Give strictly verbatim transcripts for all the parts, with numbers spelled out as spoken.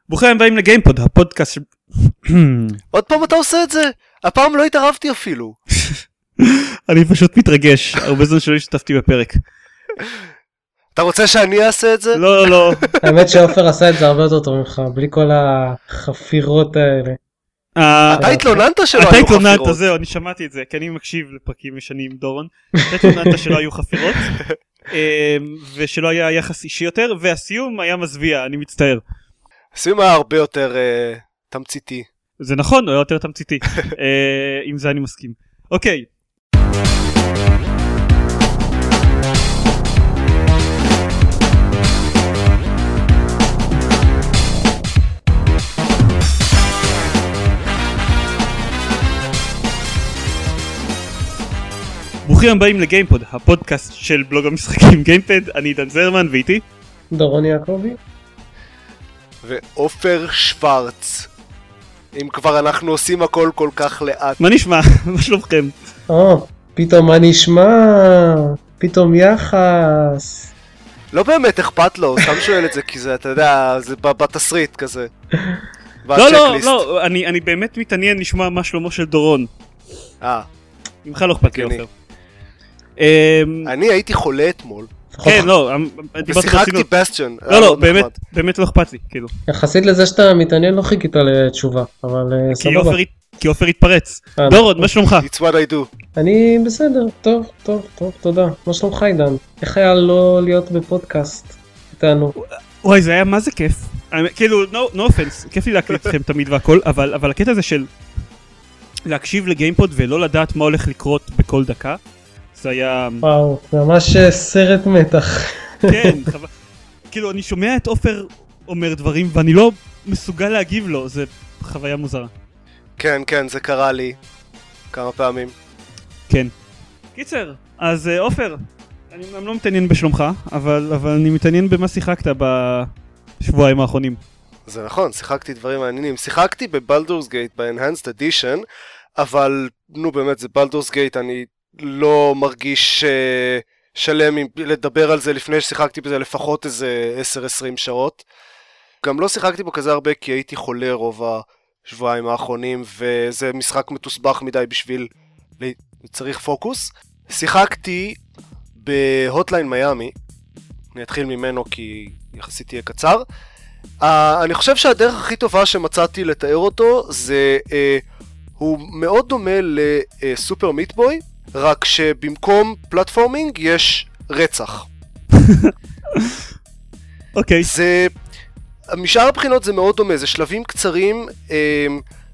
ברוכים הבאים לגיימפוד, הפודקאסט ש... עוד פעם אתה עושה את זה? הפעם לא התערבתי אפילו. אני פשוט מתרגש, הרבה זמן שלא השתתפתי בפרק. אתה רוצה שאני אעשה את זה? לא, לא, לא. האמת שאופר עשה את זה הרבה יותר טוב ממך, בלי כל החפירות האלה. אתה התלוננת שלא היו אתה חפירות. התלוננת, זהו, אני שמעתי את זה, כי אני מקשיב לפרקים ישנים דורון. אתה התלוננת שלא היו חפירות, ושלא היה יחס אישי יותר, והסיום היה מזוויע, אני מצטער. הסיום היה הרבה יותר uh, תמציתי. זה נכון, הוא היה יותר תמציתי. עם זה אני מסכים. אוקיי. ברוכים הבאים לגיימפוד, הפודקאסט של בלוג המשחקים גיימפד. אני דן זרמן ואיתי דורון יעקבי ואופר שוורץ. אם כבר אנחנו עושים הכל כל כך לאט. מה נשמע? מה שלומכם? או, פתאום מה נשמע? פתאום יחס. לא באמת אכפת לו, סתם שואל את זה כי זה, אתה יודע, זה בתסריט כזה. לא, לא, לא, אני, אני באמת מתעניין לשמוע מה שלומו של דורון. אה. ממך לא אכפת לי אופר. אני הייתי חולה אתמול. כן, לא, ושיחקתי בסטיון. לא, לא, באמת, באמת לא אכפת לי, כאילו. יחסית לזה שאתה מתעניין לא חיכית לתשובה, אבל סבבה. כי אופר התפרץ. דורון, מה שלומך? It's what I do. אני בסדר, טוב, טוב, טוב, תודה. מה שלומך עידן? איך היה לא להיות בפודקאסט איתנו? וואי, זה היה מה זה כיף. כאילו, no offense, כיף לי להקליט אתכם תמיד והכל, אבל הקטע הזה של להקשיב לגיימפוד ולא לדעת מה הולך לקרות בכל דקה, זה היה... וואו, זה ממש סרט מתח. כן, חבל. כאילו, אני שומע את אופר אומר דברים, ואני לא מסוגל להגיב לו, זה חוויה מוזרה. כן, כן, זה קרה לי כמה פעמים. כן. קיצר, אז אופר, אני לא מתעניין בשלומך, אבל, אבל אני מתעניין במה שיחקת בשבועיים האחרונים. זה נכון, שיחקתי דברים מעניינים. שיחקתי בבלדורס גייט, ב-Enhanced Edition, אבל, נו באמת, זה בלדורס גייט, אני... לא מרגיש uh, שלם עם לדבר על זה לפני ששיחקתי בזה לפחות איזה עשר עשרים שעות. גם לא שיחקתי בו כזה הרבה כי הייתי חולה רוב השבועיים האחרונים, וזה משחק מתוסבך מדי בשביל צריך פוקוס. שיחקתי בהוטליין מיאמי, אני אתחיל ממנו כי יחסית יהיה קצר. Uh, אני חושב שהדרך הכי טובה שמצאתי לתאר אותו זה uh, הוא מאוד דומה לסופר מיטבוי, רק שבמקום פלטפורמינג יש רצח. אוקיי. זה, משאר הבחינות זה מאוד דומה, זה שלבים קצרים אה,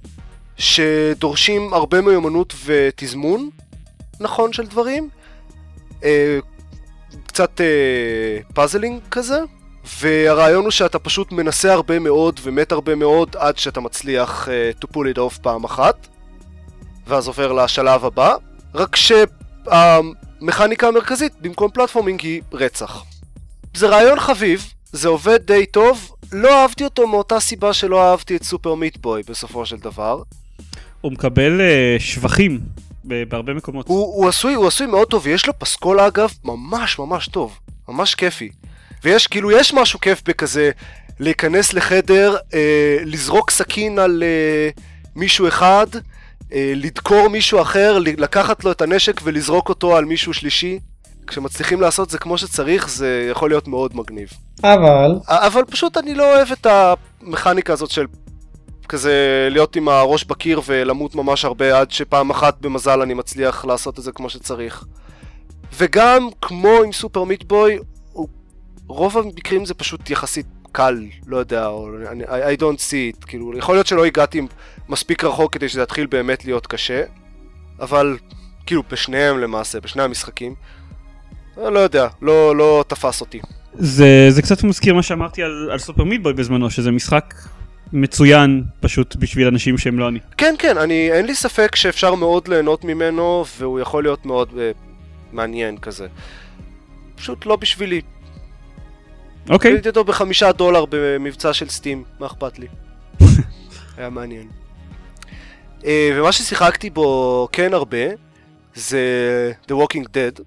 שדורשים הרבה מיומנות ותזמון, נכון, של דברים. אה, קצת אה, פאזלינג כזה, והרעיון הוא שאתה פשוט מנסה הרבה מאוד ומת הרבה מאוד עד שאתה מצליח אה, to pull it off פעם אחת, ואז עובר לשלב הבא. רק שהמכניקה המרכזית במקום פלטפורמינג היא רצח. זה רעיון חביב, זה עובד די טוב, לא אהבתי אותו מאותה סיבה שלא אהבתי את סופר מיטבוי בסופו של דבר. הוא מקבל uh, שבחים בהרבה מקומות. הוא, הוא, עשוי, הוא עשוי מאוד טוב, ויש לו פסקול אגב ממש ממש טוב, ממש כיפי. ויש כאילו יש משהו כיף בכזה להיכנס לחדר, אה, לזרוק סכין על אה, מישהו אחד, לדקור מישהו אחר, לקחת לו את הנשק ולזרוק אותו על מישהו שלישי. כשמצליחים לעשות זה כמו שצריך, זה יכול להיות מאוד מגניב. אבל... אבל פשוט אני לא אוהב את המכניקה הזאת של כזה להיות עם הראש בקיר ולמות ממש הרבה עד שפעם אחת במזל אני מצליח לעשות את זה כמו שצריך. וגם כמו עם סופר מיטבוי, רוב המקרים זה פשוט יחסית קל, לא יודע, I don't see it, כאילו, יכול להיות שלא הגעתי מספיק רחוק כדי שזה יתחיל באמת להיות קשה, אבל כאילו בשניהם למעשה, בשני המשחקים, לא יודע, לא, לא תפס אותי. זה, זה קצת מזכיר מה שאמרתי על, על סופר מיטבוי בזמנו, שזה משחק מצוין פשוט בשביל אנשים שהם לא אני. כן, כן, אני, אין לי ספק שאפשר מאוד ליהנות ממנו, והוא יכול להיות מאוד uh, מעניין כזה. פשוט לא בשבילי. אוקיי. קניתי אותו בחמישה דולר במבצע של סטים, מה אכפת לי? היה מעניין. Uh, ומה ששיחקתי בו כן הרבה, זה The Walking Dead,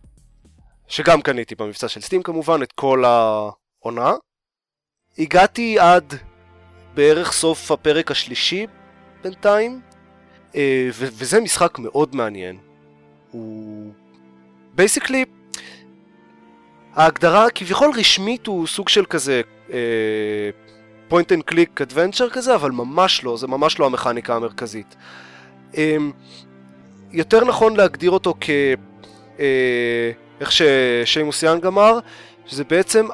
שגם קניתי במבצע של סטים כמובן, את כל העונה. הגעתי עד בערך סוף הפרק השלישי בינתיים, ו- וזה משחק מאוד מעניין. הוא... בייסיקלי, ההגדרה כביכול רשמית הוא סוג של כזה פוינט אנד קליק אדוונצ'ר כזה, אבל ממש לא, זה ממש לא המכניקה המרכזית. יותר נכון להגדיר אותו כ... איך ששיימוס יאנג אמר, שזה בעצם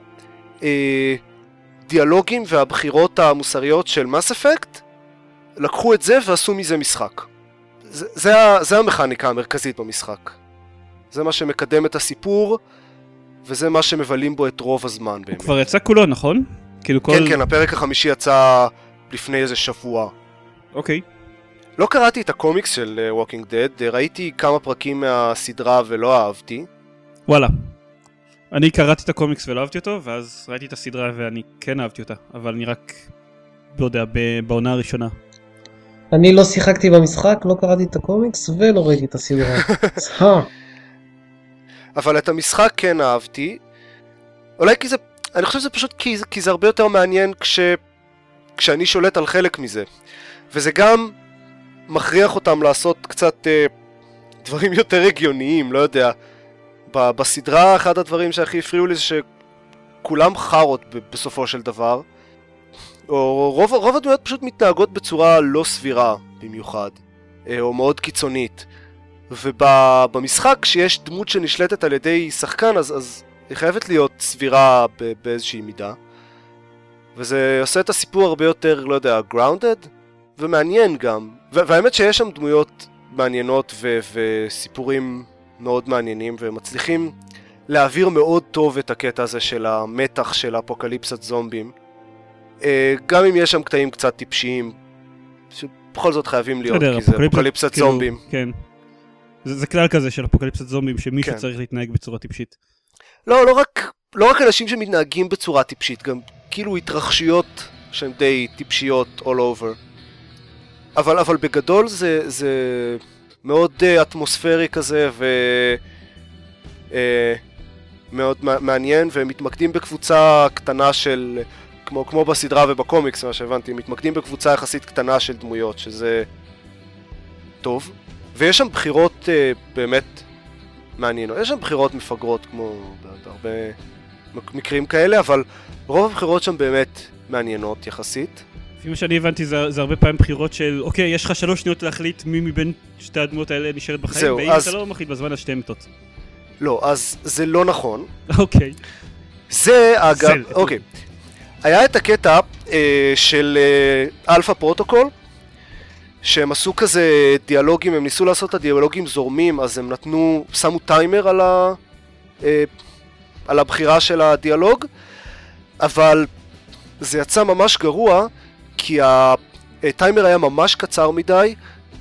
הדיאלוגים והבחירות המוסריות של Mass Effect, לקחו את זה ועשו מזה משחק. זה, זה, זה המכניקה המרכזית במשחק. זה מה שמקדם את הסיפור, וזה מה שמבלים בו את רוב הזמן באמת. הוא כבר יצא כולו, נכון? כאילו כל... כן, כן, הפרק החמישי יצא לפני איזה שבוע. אוקיי. לא קראתי את הקומיקס של uh, Walking Dead, ראיתי כמה פרקים מהסדרה ולא אהבתי. וואלה. אני קראתי את הקומיקס ולא אהבתי אותו, ואז ראיתי את הסדרה ואני כן אהבתי אותה, אבל אני רק, לא יודע, בעונה הראשונה. אני לא שיחקתי במשחק, לא קראתי את הקומיקס ולא ראיתי את הסדרה. אבל את המשחק כן אהבתי. אולי כי זה, אני חושב שזה פשוט כי, כי זה הרבה יותר מעניין כש, כשאני שולט על חלק מזה. וזה גם מכריח אותם לעשות קצת אה, דברים יותר הגיוניים, לא יודע. ב, בסדרה אחד הדברים שהכי הפריעו לי זה שכולם חרות ב, בסופו של דבר. או רוב, רוב הדמויות פשוט מתנהגות בצורה לא סבירה במיוחד, או מאוד קיצונית. ובמשחק שיש דמות שנשלטת על ידי שחקן, אז, אז היא חייבת להיות סבירה ב, באיזושהי מידה. וזה עושה את הסיפור הרבה יותר, לא יודע, grounded, ומעניין גם. והאמת שיש שם דמויות מעניינות ו, וסיפורים מאוד מעניינים, ומצליחים להעביר מאוד טוב את הקטע הזה של המתח של אפוקליפסת זומבים. גם אם יש שם קטעים קצת טיפשיים, שבכל זאת חייבים להיות, כי זה אפוקליפסת זומבים. כן. זה כלל כזה של אפוקליפסת זומבים, שמישהו צריך להתנהג בצורה טיפשית. לא, לא רק, לא רק אנשים שמתנהגים בצורה טיפשית, גם כאילו התרחשויות שהן די טיפשיות all over. אבל, אבל בגדול זה, זה מאוד אטמוספרי כזה, ו... מאוד מעניין, והם מתמקדים בקבוצה קטנה של... כמו, כמו בסדרה ובקומיקס, מה שהבנתי, מתמקדים בקבוצה יחסית קטנה של דמויות, שזה טוב. ויש שם בחירות אה, באמת מעניינות. יש שם בחירות מפגרות, כמו בהרבה מקרים כאלה, אבל רוב הבחירות שם באמת מעניינות יחסית. לפי מה שאני הבנתי, זה, זה הרבה פעמים בחירות של, אוקיי, יש לך שלוש שניות להחליט מי מבין שתי הדמויות האלה נשארת בחיים, זהו, ואם אז... אתה לא מחליט בזמן השתי מתות. לא, אז זה לא נכון. אוקיי. זה אגב, אוקיי. היה את הקטע אה, של אה, אלפא פרוטוקול, שהם עשו כזה דיאלוגים, הם ניסו לעשות את הדיאלוגים זורמים, אז הם נתנו, שמו טיימר על, ה, אה, על הבחירה של הדיאלוג, אבל זה יצא ממש גרוע, כי הטיימר היה ממש קצר מדי,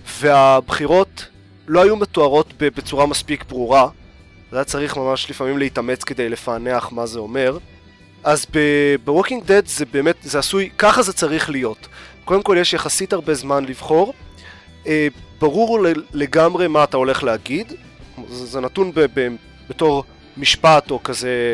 והבחירות לא היו מתוארות בצורה מספיק ברורה, זה היה צריך ממש לפעמים להתאמץ כדי לפענח מה זה אומר. אז ב-Walking Dead זה באמת, זה עשוי, ככה זה צריך להיות. קודם כל יש יחסית הרבה זמן לבחור, אה, ברור לגמרי מה אתה הולך להגיד, זה, זה נתון ב- ב- בתור משפט או כזה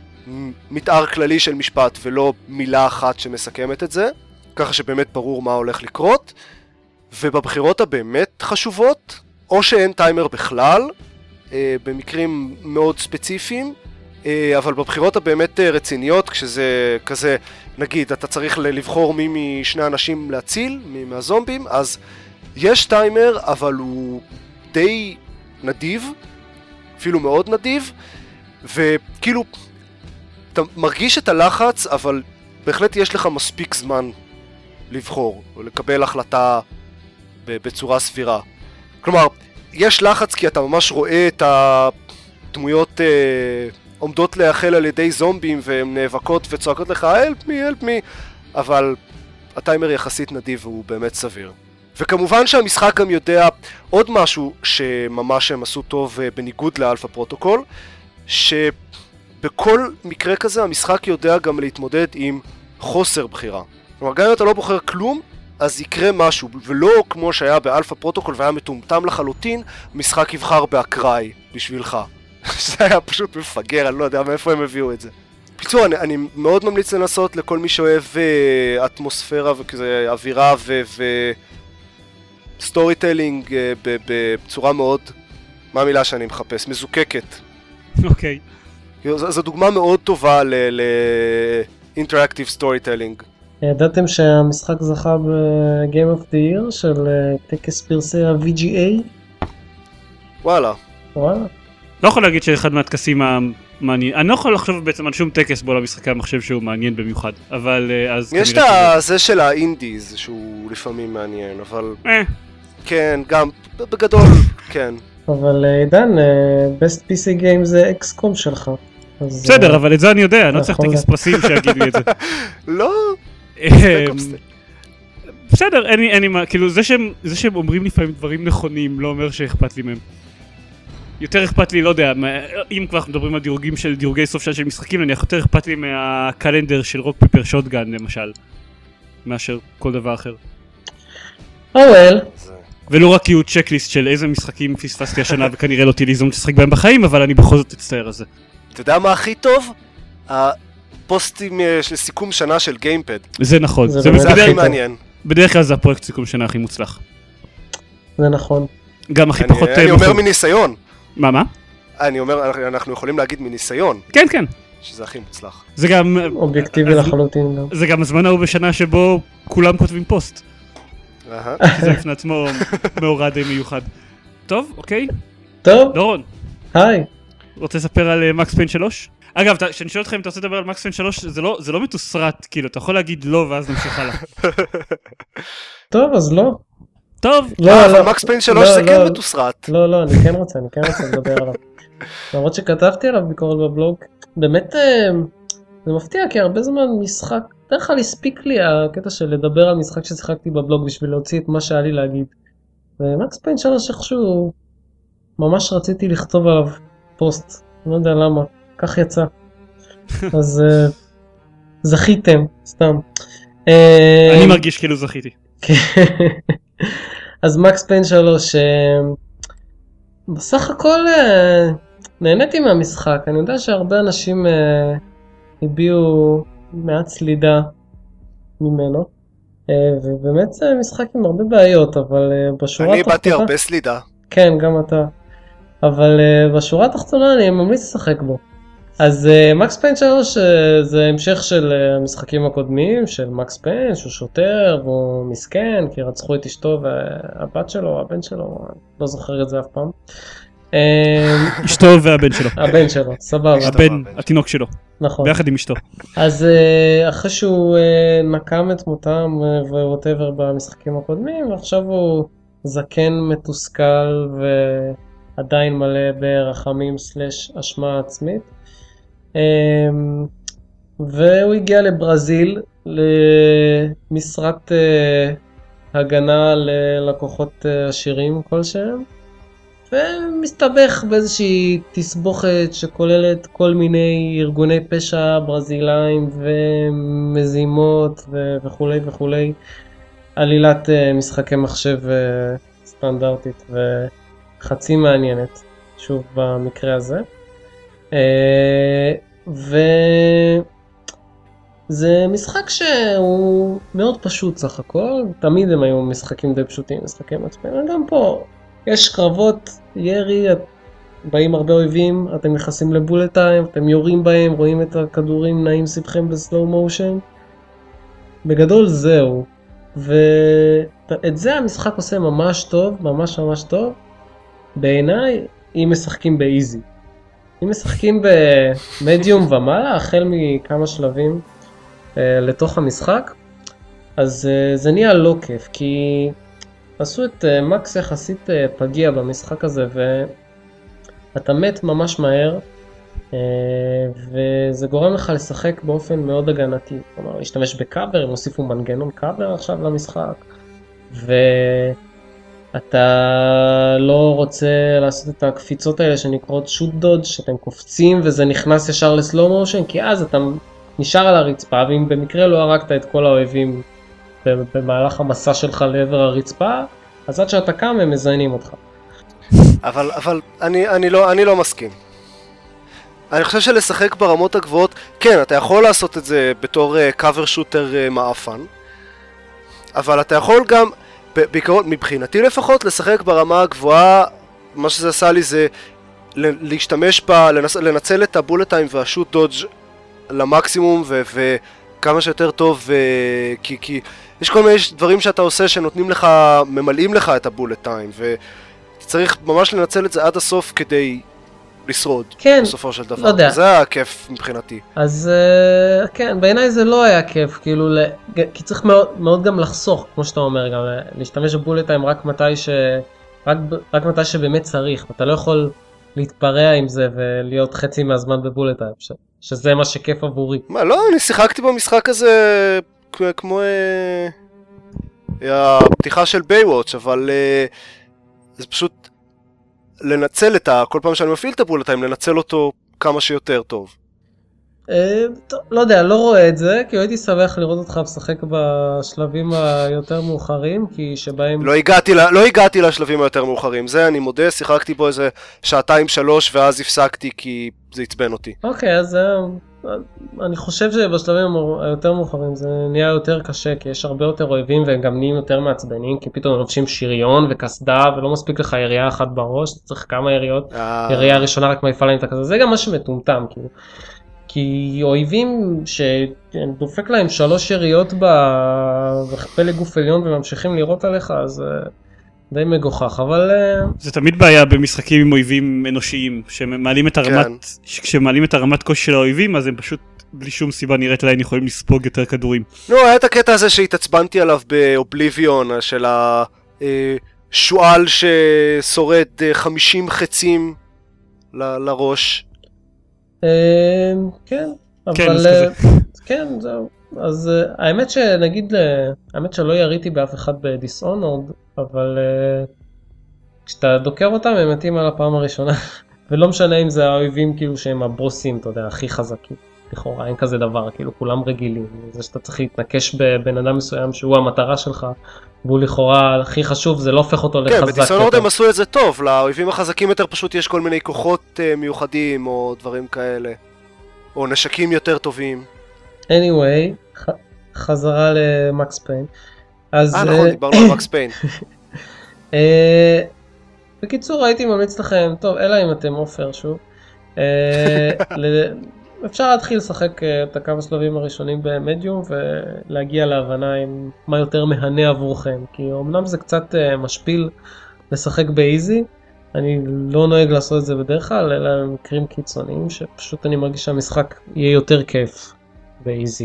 מתאר כללי של משפט ולא מילה אחת שמסכמת את זה, ככה שבאמת ברור מה הולך לקרות, ובבחירות הבאמת חשובות, או שאין טיימר בכלל, אה, במקרים מאוד ספציפיים, אבל בבחירות הבאמת רציניות, כשזה כזה, נגיד, אתה צריך לבחור מי משני אנשים להציל, מי מהזומבים, אז יש טיימר, אבל הוא די נדיב, אפילו מאוד נדיב, וכאילו, אתה מרגיש את הלחץ, אבל בהחלט יש לך מספיק זמן לבחור, או לקבל החלטה בצורה סבירה. כלומר, יש לחץ כי אתה ממש רואה את הדמויות... עומדות להיאכל על ידי זומבים והן נאבקות וצועקות לך help me, help me, אבל הטיימר יחסית נדיב והוא באמת סביר. וכמובן שהמשחק גם יודע עוד משהו שממש הם עשו טוב בניגוד לאלפא פרוטוקול, שבכל מקרה כזה המשחק יודע גם להתמודד עם חוסר בחירה. כלומר, גם אם אתה לא בוחר כלום, אז יקרה משהו, ולא כמו שהיה באלפא פרוטוקול והיה מטומטם לחלוטין, המשחק יבחר באקראי בשבילך. זה היה פשוט מפגר, אני לא יודע מאיפה הם הביאו את זה. בקיצור, אני, אני מאוד ממליץ לנסות לכל מי שאוהב uh, אטמוספירה וכזה אווירה ו... ו... סטורי טיילינג uh, בצורה מאוד, מה המילה שאני מחפש? מזוקקת. אוקיי. זו, זו דוגמה מאוד טובה לאינטראקטיב סטורי טיילינג. ידעתם שהמשחק זכה ב-Game of the Year של טקס פרסי ה-וי ג'י איי? וואלה. וואלה. לא יכול להגיד שאחד מהטקסים המעניין, אני לא יכול לחשוב בעצם על שום טקס בו למשחקי המחשב שהוא מעניין במיוחד, אבל אז... יש את זה של האינדיז שהוא לפעמים מעניין, אבל... אה. כן, גם בגדול, כן. אבל עידן, best פי סי game זה אקס-קום שלך. בסדר, אבל את זה אני יודע, אני לא צריך טקס פרסים שיגידו את זה. לא. בסדר, אין לי מה, כאילו זה שהם אומרים לפעמים דברים נכונים לא אומר שאכפת לי מהם. יותר אכפת לי, לא יודע, אם כבר אנחנו מדברים על דירוגים של דירוגי סוף שנה של משחקים, נניח יותר אכפת לי מהקלנדר של רוק פיפר שוטגן למשל, מאשר כל דבר אחר. אוהל. ולא רק כי הוא צ'קליסט של איזה משחקים פספסתי השנה וכנראה לא תהיה לי הזדמנות לשחק בהם בחיים, אבל אני בכל זאת אצטער על זה. אתה יודע מה הכי טוב? הפוסטים של סיכום שנה של גיימפד. זה נכון. זה הכי מעניין. בדרך כלל זה הפרויקט סיכום שנה הכי מוצלח. זה נכון. גם הכי פחות... אני אומר מניסיון. מה, מה? אני אומר, אנחנו יכולים להגיד מניסיון. כן, כן. שזה הכי מוצלח. זה גם... אובייקטיבי לחלוטין גם. זה גם הזמן ההוא בשנה שבו כולם כותבים פוסט. זה לפני עצמו מאורע די מיוחד. טוב, אוקיי. טוב. דורון. היי. רוצה לספר על מקס פיין שלוש? אגב, כשאני שואל אותך אם אתה רוצה לדבר על מקס פיין שלוש, זה לא מתוסרט, כאילו, אתה יכול להגיד לא ואז נמשיך הלאה. טוב, אז לא. טוב. לא, אבל מקס פיין שלוש זה כן מתוסרט. לא, לא, אני כן רוצה, אני כן רוצה לדבר עליו. למרות שכתבתי עליו ביקורת בבלוג, באמת זה מפתיע, כי הרבה זמן משחק, דרך כלל הספיק לי הקטע של לדבר על משחק ששיחקתי בבלוג בשביל להוציא את מה שהיה לי להגיד. ומקס פיין שלוש איכשהו, ממש רציתי לכתוב עליו פוסט, לא יודע למה, כך יצא. אז זכיתם, סתם. אני מרגיש כאילו זכיתי. אז מקס פיין שלוש, בסך הכל נהניתי מהמשחק, אני יודע שהרבה אנשים הביעו מעט סלידה ממנו, ובאמת זה משחק עם הרבה בעיות, אבל בשורה התחתונה... אני באתי הרבה סלידה. כן, גם אתה. אבל בשורה התחתונה אני ממליץ לשחק בו. אז מקס פיין שלוש זה המשך של המשחקים הקודמים, של מקס פיין, שהוא שוטר, והוא מסכן, כי רצחו את אשתו והבת שלו, הבן שלו, לא זוכר את זה אף פעם. אשתו והבן שלו. הבן שלו, סבבה. הבן, התינוק שלו. נכון. ביחד עם אשתו. אז אחרי שהוא נקם את מותם ווואטאבר במשחקים הקודמים, ועכשיו הוא זקן מתוסכל ועדיין מלא ברחמים סלש אשמה עצמית. והוא הגיע לברזיל למשרת הגנה ללקוחות עשירים כלשהם, ומסתבך באיזושהי תסבוכת שכוללת כל מיני ארגוני פשע ברזילאים ומזימות וכו' וכו'. עלילת משחקי מחשב סטנדרטית וחצי מעניינת, שוב במקרה הזה. וזה משחק שהוא מאוד פשוט סך הכל, תמיד הם היו משחקים די פשוטים, משחקי מעצבנים, גם פה יש קרבות, ירי, באים הרבה אויבים, אתם נכנסים לבולט טיים, אתם יורים בהם, רואים את הכדורים נעים סביבכם בסלואו מושן, בגדול זהו, ואת זה המשחק עושה ממש טוב, ממש ממש טוב, בעיניי אם משחקים באיזי. אם משחקים במדיום ומעלה, החל מכמה שלבים אה, לתוך המשחק, אז אה, זה נהיה לא כיף, כי עשו את אה, מקס יחסית אה, פגיע במשחק הזה, ואתה מת ממש מהר, אה, וזה גורם לך לשחק באופן מאוד הגנתי. כלומר, להשתמש בקאבר, הם הוסיפו מנגנון קאבר עכשיו למשחק, ו... אתה לא רוצה לעשות את הקפיצות האלה שנקראות שוט דודג' שאתם קופצים וזה נכנס ישר לסלואו מושן, כי אז אתה נשאר על הרצפה, ואם במקרה לא הרגת את כל האויבים במהלך המסע שלך לעבר הרצפה, אז עד שאתה קם הם מזיינים אותך. אבל, אבל אני, אני לא, אני לא מסכים. אני חושב שלשחק ברמות הגבוהות, כן, אתה יכול לעשות את זה בתור קאבר שוטר מאפן, אבל אתה יכול גם, בעיקרון, מבחינתי לפחות, לשחק ברמה הגבוהה, מה שזה עשה לי זה להשתמש בה, לנצ... לנצל את הבולט טיים והשוט דודג' למקסימום ו... וכמה שיותר טוב, ו... כי... כי יש כל מיני דברים שאתה עושה שנותנים לך, ממלאים לך את הבולט טיים, וצריך ממש לנצל את זה עד הסוף כדי לשרוד, כן, בסופו של דבר. לא יודע. זה היה כיף מבחינתי. אז כן, בעיניי זה לא היה כיף, כאילו, כי צריך מאוד, מאוד גם לחסוך, כמו שאתה אומר, גם להשתמש בבולט טיים רק מתי ש... רק, רק מתי שבאמת צריך, אתה לא יכול להתפרע עם זה ולהיות חצי מהזמן בבולט טיים, ש... שזה מה שכיף עבורי. מה, לא, אני שיחקתי במשחק הזה כמו אה, הפתיחה של ביי-וואץ', אבל אה, זה פשוט לנצל את ה... כל פעם שאני מפעיל את הבולט טיים, לנצל אותו כמה שיותר טוב. אה, טוב, לא יודע, לא רואה את זה, כי הייתי שמח לראות אותך משחק בשלבים היותר מאוחרים, כי שבהם... לא הגעתי, לא הגעתי לשלבים היותר מאוחרים, זה אני מודה, שיחקתי בו איזה שעתיים שלוש, ואז הפסקתי כי זה עצבן אותי. אוקיי, אז אני חושב שבשלבים היותר מאוחרים זה נהיה יותר קשה, כי יש הרבה יותר אויבים והם גם נהיים יותר מעצבנים, כי פתאום לובשים שריון וכסדה, ולא מספיק לך ירייה אחת בראש, צריך כמה יריות, ירייה הראשונה רק מעיפה להם את הכזה, זה גם מה שמטומטם, כאילו. כי אויבים שדופק להם שלוש יריות בפלג גוף עליון וממשיכים לירות עליך, אז די מגוחך, אבל... זה תמיד בעיה במשחקים עם אויבים אנושיים, שמעלים את הרמת, כן. כשמעלים את הרמת קושי של האויבים, אז הם פשוט בלי שום סיבה נראית להם יכולים לספוג יותר כדורים. נו, היה את הקטע הזה שהתעצבנתי עליו באובליביון, של השואל ששורד חמישים חצים ל- לראש. כן, אבל כן, זהו. אז האמת שנגיד, האמת שלא יריתי באף אחד בדיסאונורד, אבל כשאתה דוקר אותם הם מתים על הפעם הראשונה, ולא משנה אם זה האויבים כאילו שהם הבוסים, אתה יודע, הכי חזקים. לכאורה, אין כזה דבר, כאילו כולם רגילים. זה שאתה צריך להתנקש בבן אדם מסוים שהוא המטרה שלך, והוא לכאורה הכי חשוב, זה לא הופך אותו לחזק. כן, בדיסאונורד הם עשו את זה טוב, לאויבים החזקים יותר פשוט יש כל מיני כוחות מיוחדים או דברים כאלה. או נשקים יותר טובים. anyway, ח... חזרה למקס פיין. אז... אה, נכון, דיברנו על מקס פיין. בקיצור, הייתי ממליץ לכם, טוב, אלא אם אתם אופר שוב. אפשר להתחיל לשחק את הכמה שלבים הראשונים במדיום, ולהגיע להבנה עם מה יותר מהנה עבורכם. כי אמנם זה קצת משפיל לשחק באיזי, אני לא נוהג לעשות את זה בדרך כלל, אלא מקרים קיצוניים שפשוט אני מרגיש שהמשחק יהיה יותר כיף באיזי.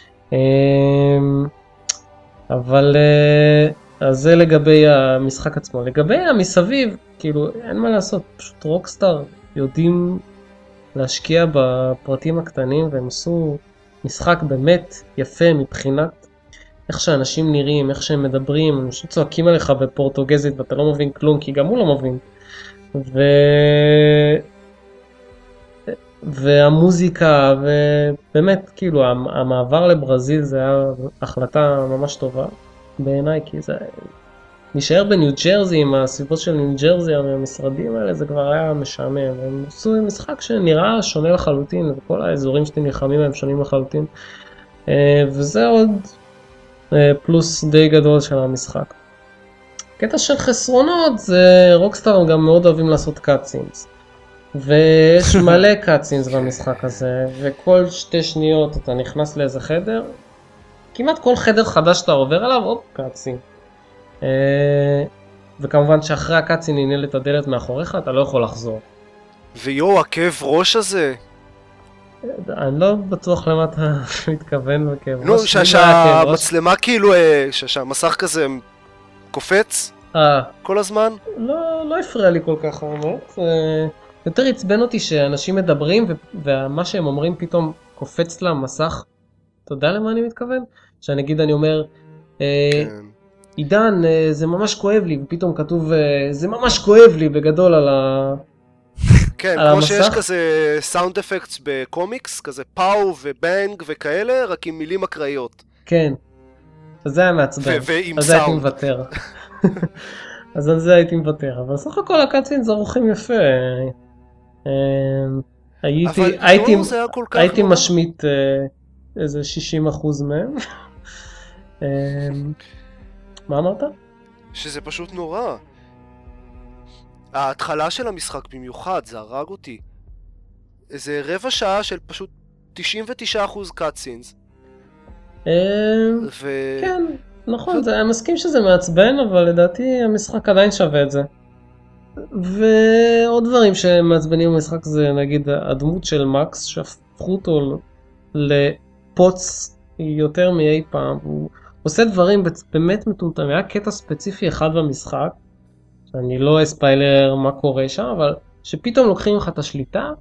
אבל אז זה לגבי המשחק עצמו. לגבי המסביב, כאילו אין מה לעשות, פשוט רוקסטאר יודעים להשקיע בפרטים הקטנים, והם עשו משחק באמת יפה מבחינת איך שאנשים נראים, איך שהם מדברים, אנשים צועקים עליך בפורטוגזית ואתה לא מבין כלום, כי גם הוא לא מבין. ו... והמוזיקה, ובאמת, כאילו, המעבר לברזיל זה היה החלטה ממש טובה בעיניי, כי זה... נשאר בניו ג'רזי עם הסביבות של ניו ג'רזי, המשרדים האלה, זה כבר היה משעמם. הם עשו משחק שנראה שונה לחלוטין, וכל האזורים שאתם נלחמים הם שונים לחלוטין. וזה עוד פלוס די גדול של המשחק. קטע של חסרונות זה רוקסטאר גם מאוד אוהבים לעשות קאטסינס. ויש מלא קאטסינס במשחק הזה, וכל שתי שניות אתה נכנס לאיזה חדר, כמעט כל חדר חדש שאתה עובר עליו עוד קאטסין. וכמובן שאחרי הקאטסין ננעלת הדלת מאחוריך, אתה לא יכול לחזור. ויו, הכאב ראש הזה. אני לא בטוח למה אתה מתכוון בכאב ראש. נו, שהמצלמה כאילו, שהמסך כזה קופץ כל הזמן. לא, לא הפריע לי כל כך, האמת. יותר עצבן אותי שאנשים מדברים, ומה שהם אומרים פתאום קופץ למסך. אתה יודע למה אני מתכוון? שנגיד אני אומר, עידן, זה ממש כואב לי, ופתאום כתוב, זה ממש כואב לי בגדול על ה... כן, כמו שיש כזה סאונד אפקטס בקומיקס, כזה פאו ובנג וכאלה, רק עם מילים אקראיות. כן, אז זה היה מעצבן. ועם סאונד. אז זה הייתי מוותר. אז על זה הייתי מוותר, אבל סך הכל הקאטסינס ערוכים יפה. הייתי, אבל הייתי, לא, זה היה כל כך הייתי נורא. משמיט אה, איזה שישים אחוז מהם. אה, מה אמרת? שזה פשוט נורא. ההתחלה של המשחק במיוחד, זה הרג אותי. איזה רבע שעה של פשוט תשעים ותשעה אחוז קאטסינס. אה, ו... כן, נכון, זה, אני מסכים שזה מעצבן, אבל לדעתי המשחק עדיין שווה את זה. ועוד דברים שמעצבנים במשחק זה נגיד הדמות של מקס, שהפכו אותו לפוץ יותר מאי פעם. הוא עושה דברים באמת מטומטמים. היה קטע ספציפי אחד במשחק, שאני לא אספיילר מה קורה שם, אבל שפתאום לוקחים לך את השליטה,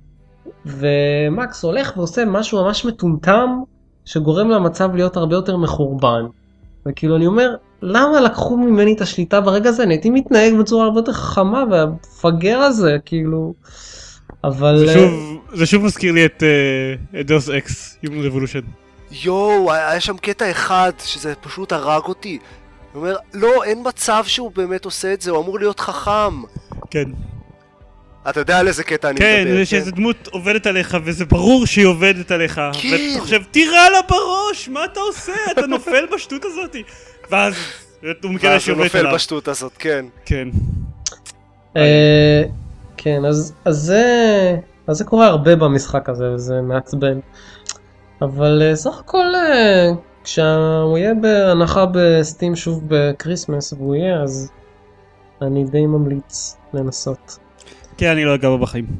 ומקס הולך ועושה משהו ממש מטומטם, שגורם למצב להיות הרבה יותר מחורבן. וכאילו אני אומר, למה לקחו ממני את השליטה ברגע הזה? אני הייתי מתנהג בצורה הרבה יותר חכמה, והפגר הזה, כאילו... אבל... זה שוב, זה שוב מזכיר לי את דאוס אקס, Human Revolution. יואו, היה שם קטע אחד שזה פשוט הרג אותי. הוא אומר, לא, אין מצב שהוא באמת עושה את זה, הוא אמור להיות חכם. כן. אתה יודע על איזה קטע אני כן, מדבר, זה שאיזה דמות עובדת עליך, וזה ברור שהיא עובדת עליך. כן. ואתה חושב, תירה לה בראש, מה אתה עושה? אתה נופל בשטות הזאת. ואז הוא מגלה שהיא עובדת נופל עליו. בשטות הזאת, כן. כן. אה, כן, אז אז זה אז זה קורה הרבה במשחק הזה, וזה מעצבן. אבל אה, סך הכל, אה, כשהוא יהיה בהנחה בסטים שוב בקריסמס, והוא יהיה, אז אני די ממליץ לנסות. כן, אני לא אגע בו בחיים.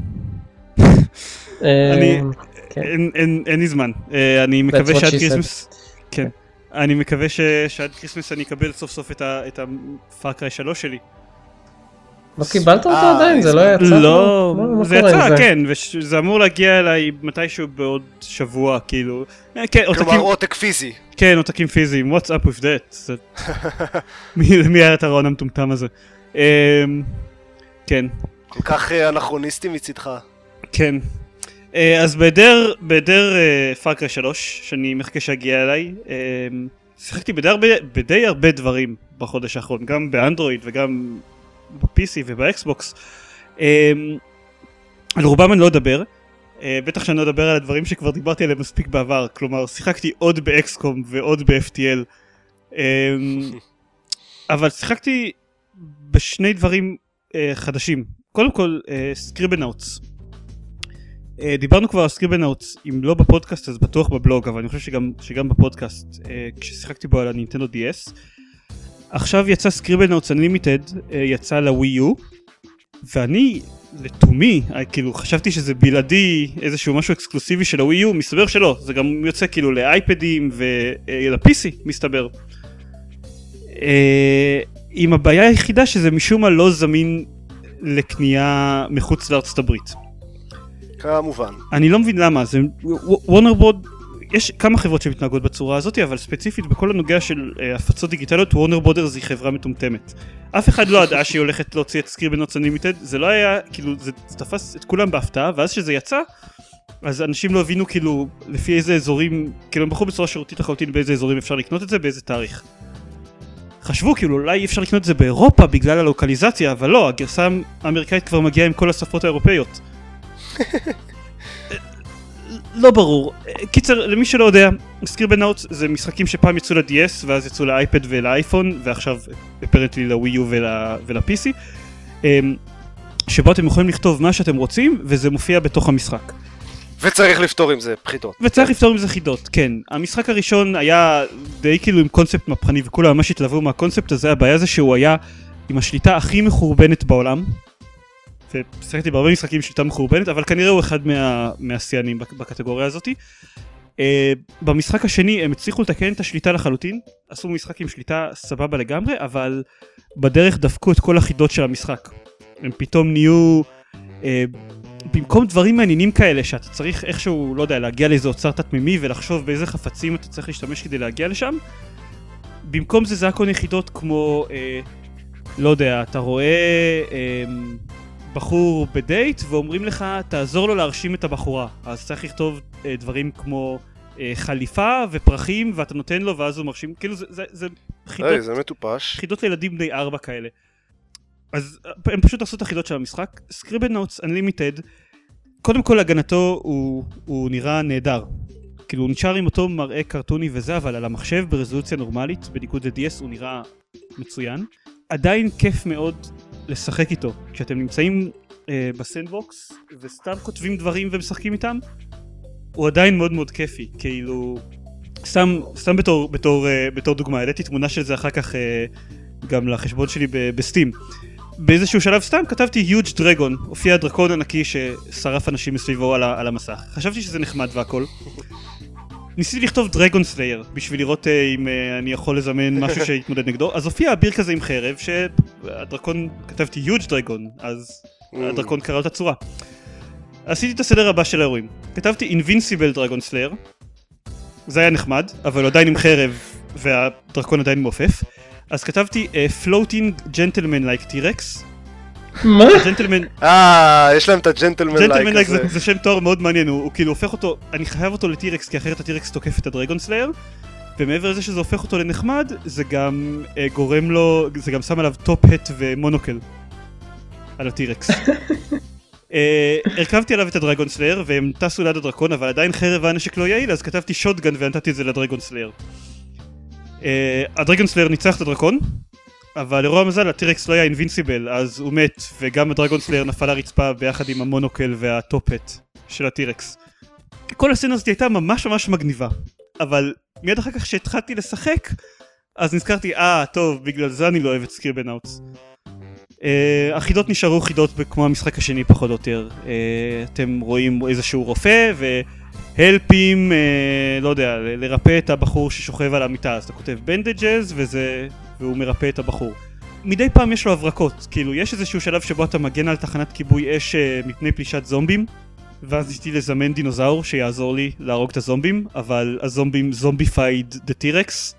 אה, אני... כן. אין- אין אין לי זמן. אה, אני מקווה what שעד she said. קריסמס... כן. אני מקווה ש- שעד קריסמס אני אקבל סוף סוף את ה- את הפארקריי שלוש שלי. לא קיבלת אותו אה, עדיין? זה לא יצא? לא, מה- מה זה קורה עם יצא, זה? כן, וזה אמור להגיע אליי מתישהו בעוד שבוע, כאילו. אה, כן, עותקים- כלומר עותק פיזי. כן, עותקים פיזיים, what's up with that? זה- מי מי היה את הרעיון המטומטם הזה? אמ, כן, כל כך אה, אנכרוניסטי מצידך. כן. אה, אז בהיעדר בהיעדר פארקריי שלוש, שאני מחכה שיגיע אליי, אמ, שיחקתי בדי הרבה, בדי הרבה דברים בחודש האחרון, גם באנדרואיד וגם ב-פי סי ובאקסבוקס. אמ, על רובם אני לא אדבר, אה, בטח שאני לא אדבר על הדברים שכבר דיברתי עליהם מספיק בעבר, כלומר שיחקתי עוד באקסקום ועוד ב-אף טי אל, אמ, אבל שיחקתי בשני דברים אה, חדשים. קודם כל, סקריבנאוטס. אה, דיברנו כבר על סקריבנאוטס, אם לא בפודקאסט אז בטוח בבלוג, אבל אני חושב שגם, שגם בפודקאסט, אה, כששיחקתי בו על הנינטנדו די אס. עכשיו יצא סקריבנאוטס אנלימיטד, אה, יצא לווי יו, ואני, לתומי, אה, כאילו חשבתי שזה בלעדי איזשהו משהו אקסקלוסיבי של הווי יו, מסתבר שלא, זה גם יוצא כאילו לאייפדים ול-פי סי, מסתבר. אה, עם הבעיה היחידה שזה משום מה לא זמין לקנייה מחוץ לארצות הברית. כמובן. אני לא מבין למה, זה וורנר בוד, יש כמה חברות שמתנהגות בצורה הזאת, אבל ספציפית בכל הנוגע של uh, הפצות דיגיטליות, וורנר בודרס היא חברה מטומטמת. אף אחד לא ידע שהיא הולכת להוציא את סקריבנאוטס אנלימיטד, זה לא היה, כאילו, זה תפס את כולם בהפתעה, ואז שזה יצא, אז אנשים לא הבינו כאילו לפי איזה אזורים, כאילו הם בחרו בצורה שירותית לחלוטין באיזה אזורים אפשר לקנות את זה, באיזה תאריך. חשבו כאילו אולי אי אפשר לקנות את זה באירופה בגלל הלוקליזציה, אבל לא, הגרסה האמריקאית כבר מגיעה עם כל השפות האירופאיות. לא ברור. קיצר, למי שלא יודע, סקריבנאוטס זה משחקים שפעם יצאו ל-די אס ואז יצאו לאייפד ולאייפון ועכשיו אפרנטלי לווי יו ול-פי סי, שבו אתם יכולים לכתוב מה שאתם רוצים וזה מופיע בתוך המשחק. וצריך לפתור עם זה חידות. וצריך לפתור עם זה חידות, כן. המשחק הראשון היה די כאילו עם קונספט מהפכני וכולם ממש התלהבו מהקונספט הזה. הבעיה זה שהוא היה עם השליטה הכי מחורבנת בעולם. ושיחקתי בהרבה משחקים עם שליטה מחורבנת, אבל כנראה הוא אחד מה, מהשיאנים בקטגוריה הזאת. Uh, במשחק השני הם הצליחו לתקן את השליטה לחלוטין, עשו משחק עם שליטה סבבה לגמרי, אבל בדרך דפקו את כל החידות של המשחק. הם פתאום נהיו, uh, במקום דברים מעניינים כאלה שאתה צריך איכשהו, לא יודע, להגיע לאיזה אוצר תתמימי ולחשוב באיזה חפצים אתה צריך להשתמש כדי להגיע לשם, במקום זה זה היה כל מיני חידות כמו, uh, לא יודע, אתה רואה uh, בחור בדייט ואומרים לך תעזור לו להרשים את הבחורה, אז צריך לכתוב uh, דברים כמו uh, חליפה ופרחים ואתה נותן לו ואז הוא מרשים, כאילו זה, זה, זה חידות, היי, זה מטופש. חידות לילדים בני ארבע כאלה. אז הם פשוט עשו את החידות של המשחק. סקריבנאוטס אנלימיטד קודם כל הגנתו הוא, הוא נראה נהדר. כאילו הוא נשאר עם אותו מראה קרטוני וזה, אבל על המחשב ברזולוציה נורמלית, בניגוד ל-די אס הוא נראה מצוין. עדיין כיף מאוד לשחק איתו. כשאתם נמצאים אה, בסנדבוקס וסתם כותבים דברים ומשחקים איתם, הוא עדיין מאוד מאוד כיפי. כאילו, סתם, סתם בתור, בתור, אה, בתור דוגמה, העליתי תמונה של זה אחר כך אה, גם לחשבון שלי ב- בסטים. באיזשהו שלב סתם כתבתי Huge Dragon, הופיע דרקון ענקי ששרף אנשים מסביבו על, ה- על המסך. חשבתי שזה נחמד והכל. ניסיתי לכתוב דרגון סלייר בשביל לראות uh, אם uh, אני יכול לזמן משהו שיתמודד נגדו, אז הופיע אביר כזה עם חרב שהדרקון, כתבתי Huge Dragon, אז הדרקון קרא אותה צורה. עשיתי את הסדר הבא של האירועים, כתבתי Invincible Dragon Slayer, זה היה נחמד, אבל עדיין עם חרב והדרקון עדיין מופף, אז כתבתי uh, Floating Gentleman Like T-Rex. מה? ג'נטלמן... אה, יש להם את הג'נטלמן לייק הזה. ג'נטלמן לייק זה שם תואר מאוד מעניין, הוא כאילו הופך אותו, אני חייב אותו לטירקס, כי אחרת הטירקס תוקף את הדרגון סלייר, ומעבר לזה שזה הופך אותו לנחמד, זה גם גורם לו, זה גם שם עליו טופ-הט ומונוקל על הטירקס. הרכבתי עליו את הדרגון סלייר, והם טסו ליד הדרקון, אבל עדיין חרב והנשק לא יעיל, אז כתבתי שוטגן ונתתי את זה לדרגון סלייר. הדרגון סלייר ניצח את הדרקון, אבל לרוע המזל הטירקס לא היה אינבינסיבל, אז הוא מת, וגם הדרגון סלייר נפל לרצפה ביחד עם המונוקל והטופט של הטירקס. כל הסצנה הזאת הייתה ממש ממש מגניבה, אבל מיד אחר כך שהתחלתי לשחק, אז נזכרתי, אה, טוב, בגלל זה אני לא אוהב את סקריבנאוטס. אה, החידות נשארו חידות כמו המשחק השני פחות או יותר. אה, אתם רואים איזשהו רופא, והלפים, אה, לא יודע, לרפא את הבחור ששוכב על המיטה, אז אתה כותב בנדג'ז, וזה... והוא מרפא את הבחור. מדי פעם יש לו הברקות, כאילו יש איזשהו שלב שבו אתה מגן על תחנת כיבוי אש מפני פלישת זומבים, ואז ניסיתי לזמן דינוזאור שיעזור לי להרוג את הזומבים, אבל הזומבים זומביפייד דה טירקס,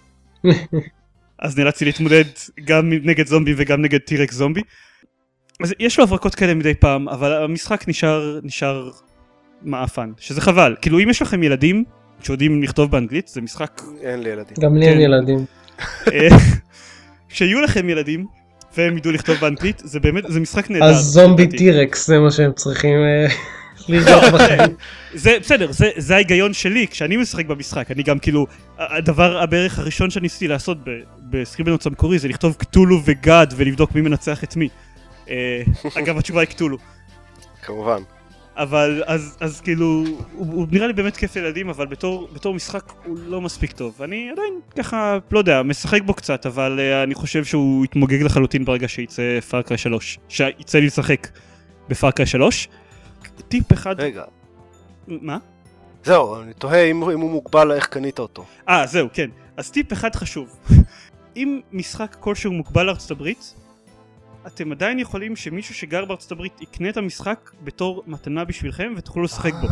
אז נאלצתי להתמודד גם נגד זומבי וגם נגד טירקס זומבי. אז יש לו הברקות כאלה מדי פעם, אבל המשחק נשאר, נשאר מעפן, שזה חבל. כאילו אם יש לכם ילדים שיודעים לכתוב באנגלית, זה משחק... אין לי ילדים. גם לי אין ילדים. כשיהיו לכם ילדים והם ידעו לכתוב באנגלית, זה באמת, זה משחק נהדר. אז זומבי טירקס זה מה שהם צריכים לראות בחיים. זה בסדר, זה זה ההיגיון שלי כשאני משחק במשחק. אני גם כאילו, הדבר הבערך הראשון שאני ניסיתי לעשות בסקריבנאוטס המקורי זה לכתוב קטולו וגד ולבדוק מי מנצח את מי. אגב התשובה היא קטולו. כמובן. אבל אז, אז כאילו, הוא, הוא נראה לי באמת כיף לילדים, אבל בתור, בתור משחק הוא לא מספיק טוב. אני עדיין ככה, לא יודע, משחק בו קצת, אבל uh, אני חושב שהוא יתמוגג לחלוטין ברגע שיצא פאר קריי שלוש. שיצא לי לשחק בפאר קריי שלוש. טיפ אחד... רגע. מה? זהו, אני תוהה אם, אם הוא מוגבל, איך קנית אותו. אה, זהו, כן. אז טיפ אחד חשוב. אם משחק כלשהו מוגבל לארצות הברית, אתם עדיין יכולים שמישהו שגר בארצות הברית יקנה את המשחק בתור מתנה בשבילכם ותוכלו לשחק בו.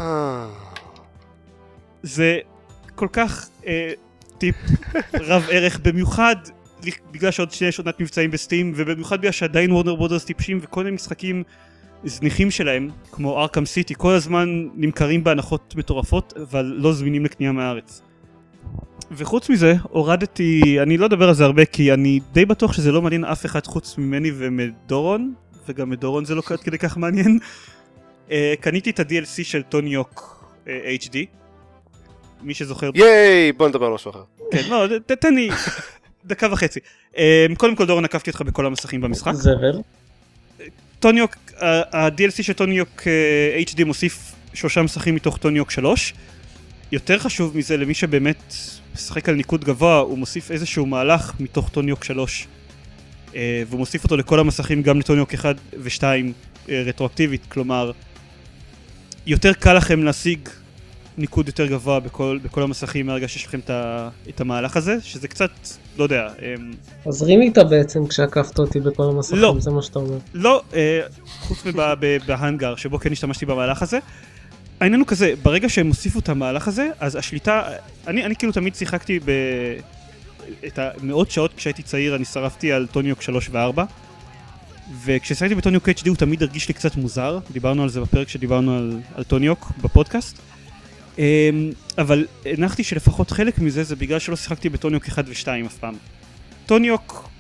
זה כל כך אה, טיפ רב ערך, במיוחד בגלל שעוד שני שנות מבצעים בסטים, ובמיוחד בגלל שעדיין וורנר ברודרס טיפשים וכל מיני משחקים זניחים שלהם, כמו ארכם סיטי, כל הזמן נמכרים בהנחות מטורפות, אבל לא זמינים לקנייה מהארץ. וחוץ מזה, הורדתי, אני לא אדבר על זה הרבה, כי אני די בטוח שזה לא מעניין אף אחד חוץ ממני ומדורון, וגם מדורון זה לא כדי כך מעניין. uh, קניתי את ה-די אל סי של טוני הוק uh, אייץ' די, מי שזוכר... ייי, בוא נדבר על משהו אחר. כן, לא, ת, תן לי דקה וחצי. Uh, קודם כל דורון, עקפתי אותך בכל המסכים במשחק. זבל. טוני הוק, ה-די אל סי של טוני הוק אייץ' די מוסיף שלושה מסכים מתוך טוני הוק שלוש. יותר חשוב מזה, למי שבאמת משחק על ניקוד גבוה, הוא מוסיף איזשהו מהלך מתוך טוני הוק שלוש, והוא מוסיף אותו לכל המסכים, גם לטוני הוק אחד ושתיים רטרואקטיבית, כלומר יותר קל לכם להשיג ניקוד יותר גבוה בכל, בכל המסכים מהרגע שיש לכם את המהלך הזה, שזה קצת, לא יודע. אז רימי איתה בעצם כשעקפת אותי בכל המסכים, לא, זה מה שאתה אומר. לא, חוץ מבהנגר, שבו כן השתמשתי במהלך הזה. העניין הוא כזה, ברגע שהם הוסיפו את המהלך הזה, אז השליטה, אני, אני כאילו תמיד שיחקתי ב... את המאות שעות כשהייתי צעיר, אני שרפתי על טוני הוק שלוש וארבע, וכששחקתי בטוני הוק אייץ' די הוא תמיד הרגיש לי קצת מוזר, דיברנו על זה בפרק שדיברנו על, על טוני הוק בפודקאסט, אבל הנחתי שלפחות חלק מזה זה בגלל שלא שיחקתי בטוני הוק אחד ושתיים אף פעם. טוני הוק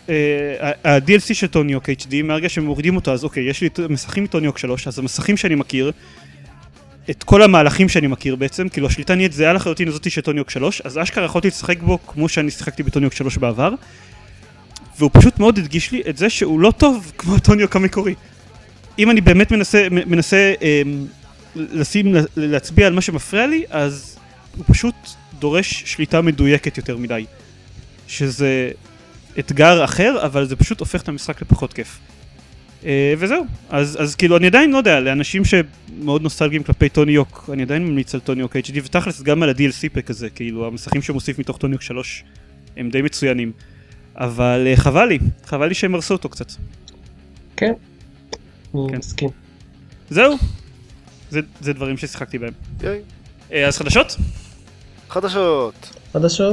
ה-די אל סי של טוניוק אייץ' די, מהרגע שמורידים אותו, אז אוקיי, יש לי מסכים מטוניוק שלוש, אז המסכים שאני מכיר, את כל המהלכים שאני מכיר בעצם, כאילו השליטה נהיית זהה לחלוטין הזאתי של טוניוק שלוש, אז אשכרה יכולתי לשחק בו כמו שאני שיחקתי בטוניוק שלוש בעבר, והוא פשוט מאוד הדגיש לי את זה שהוא לא טוב כמו הטוניוק המקורי. אם אני באמת מנסה, מנסה אה, לשים, להצביע על מה שמפריע לי, אז הוא פשוט דורש שליטה מדויקת יותר מדי. שזה אתגר אחר, אבל זה פשוט הופך את המשחק לפחות כיף. אה, וזהו. אז, אז כאילו אני עדיין לא יודע, לאנשים שמאוד נוסטלגיים כלפי טוניוק, אני עדיין ממליץ על טוניוק אייץ' די, ותכלס גם על ה-די אל סי פק הזה, כאילו המסכים שמוסיף מתוך טוניוק שלוש הם די מצוינים. אבל אה, חבל לי, חבל לי שהם הרסו אותו קצת. כן. אני כן. מסכים. זהו. זה, זה דברים ששיחקתי בהם. יאי. אה, אז חדשות? חדשות. חדשות?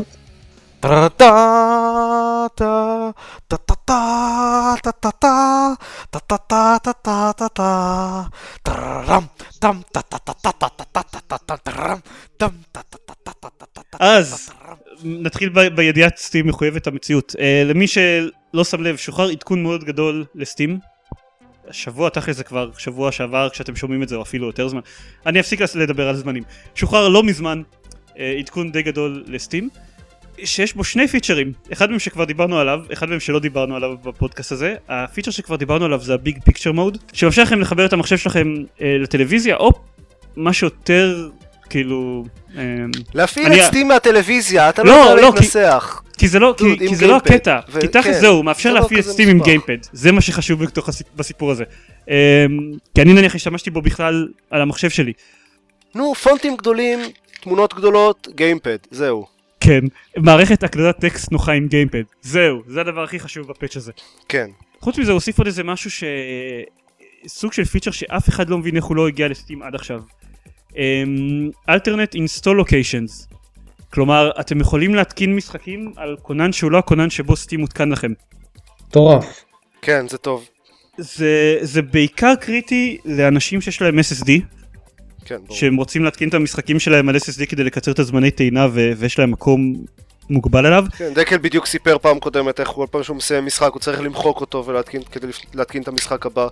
אז נתחיל ב- בידיעת סטים מחויבת המציאות. uh, למי שלא שם לב, שוחרר עדכון מאוד גדול לסטים. שבוע תכל'ס זה כבר שבוע שעבר כשאתם שומעים את זה או אפילו יותר זמן. אני אפסיק לדבר על זמנים. שוחרר לא מזמן uh, עדכון די גדול לסטים, שיש בו שני פיצ'רים. אחד מהם שכבר דיברנו עליו, אחד מהם שלא דיברנו עליו בפודקאסט הזה. הפיצ'ר שכבר דיברנו עליו זה הביג פיקצ'ר מוד, שמאפשר לכם לחבר את המחשב שלכם uh, לטלוויזיה או משהו יותר כאילו להפעיל את סטים מהטלוויזיה, אתה לא יכול להתנסח. כי זה לא הקטע, כי תכף זהו, מאפשר להפעיל את סטים עם גיימפד, זה מה שחשוב בסיפור הזה. כי אני נניח השתמשתי בו בכלל על המחשב שלי. נו, פונטים גדולים, תמונות גדולות, גיימפד, זהו. כן, מערכת הקלדת טקסט נוחה עם גיימפד, זהו, זה הדבר הכי חשוב בפאץ' הזה. כן. חוץ מזה, הוסיף עוד איזה משהו ש... סוג של פיצ'ר שאף אחד לא מבין איך הוא לא הגיע לסטים עד עכשיו. Alternate Install Locations. כלומר, אתם יכולים להתקין משחקים על קונן שהוא לא הקונן שבו סטים מותקן לכם. טורף. כן, זה טוב. זה, זה בעיקר קריטי לאנשים שיש להם אס אס די. כן, ברור. שהם רוצים להתקין את המשחקים שלהם על אס אס די כדי לקצר את הזמני טעינה ו- ויש להם מקום מוגבל עליו. כן, דקל בדיוק סיפר פעם קודמת איך כל פעם שהוא מסיים משחק הוא צריך למחוק אותו ולהתקין כדי להתקין את המשחק הבא.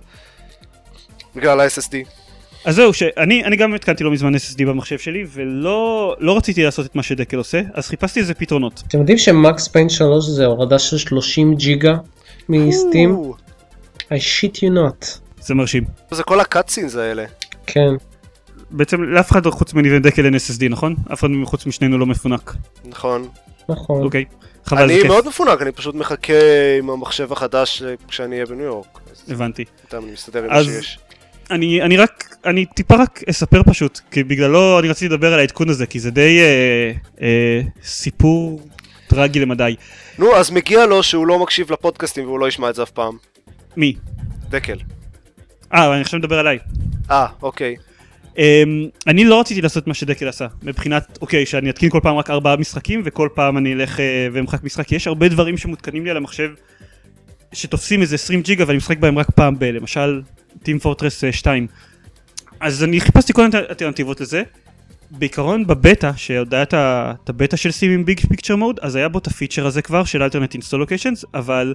בגלל ה-אס אס די. אז זהו, שאני אני גם התקנתי לא מזמן אס אס די במחשב שלי, ולא לא רציתי לעשות את מה שדקל עושה, אז חיפשתי איזה פתרונות. אתם יודעים שמקס פיין שלוש זה הורדה של שלושים ג'יגה מסטים? I shit you not. זה מרשים. זה כל הקאטסינס האלה. כן. בעצם לאף אחד חוץ מני ודקל אין אס אס די, נכון? אף אחד חוץ משנינו לא מפונק. נכון. נכון. אוקיי, חבל, זה כיף. אני מאוד מפונק, אני פשוט מחכה עם המחשב החדש כשאני אהיה בניו יורק. הבנתי. איתם אני מסתדר עם מה שיש. אני, אני רק, אני טיפה רק אספר פשוט, כי בגללו אני רציתי לדבר על העדכון הזה, כי זה די אה, אה, סיפור טרגי למדי. נו, אז מגיע לו שהוא לא מקשיב לפודקאסטים והוא לא ישמע את זה אף פעם. מי? דקל. אה, אני עכשיו מדבר עליי. אה, אוקיי. אה, אני לא רציתי לעשות מה שדקל עשה, מבחינת, אוקיי, שאני אתקין כל פעם רק ארבעה משחקים, וכל פעם אני אלך אה, ומחק משחק, כי יש הרבה דברים שמותקנים לי על המחשב, שתופסים איזה עשרים ג'יגה ואני משחק בהם רק פעם ב, למשל Team Fortress שתיים. אז אני חיפשתי כל האלטרנטיבות לזה. בעיקרון בבטא, שהודעה את הבטא של סטים עם ביג פיקצ'ר מוד, אז היה בו את הפיצ'ר הזה כבר של Alternate Install Locations, אבל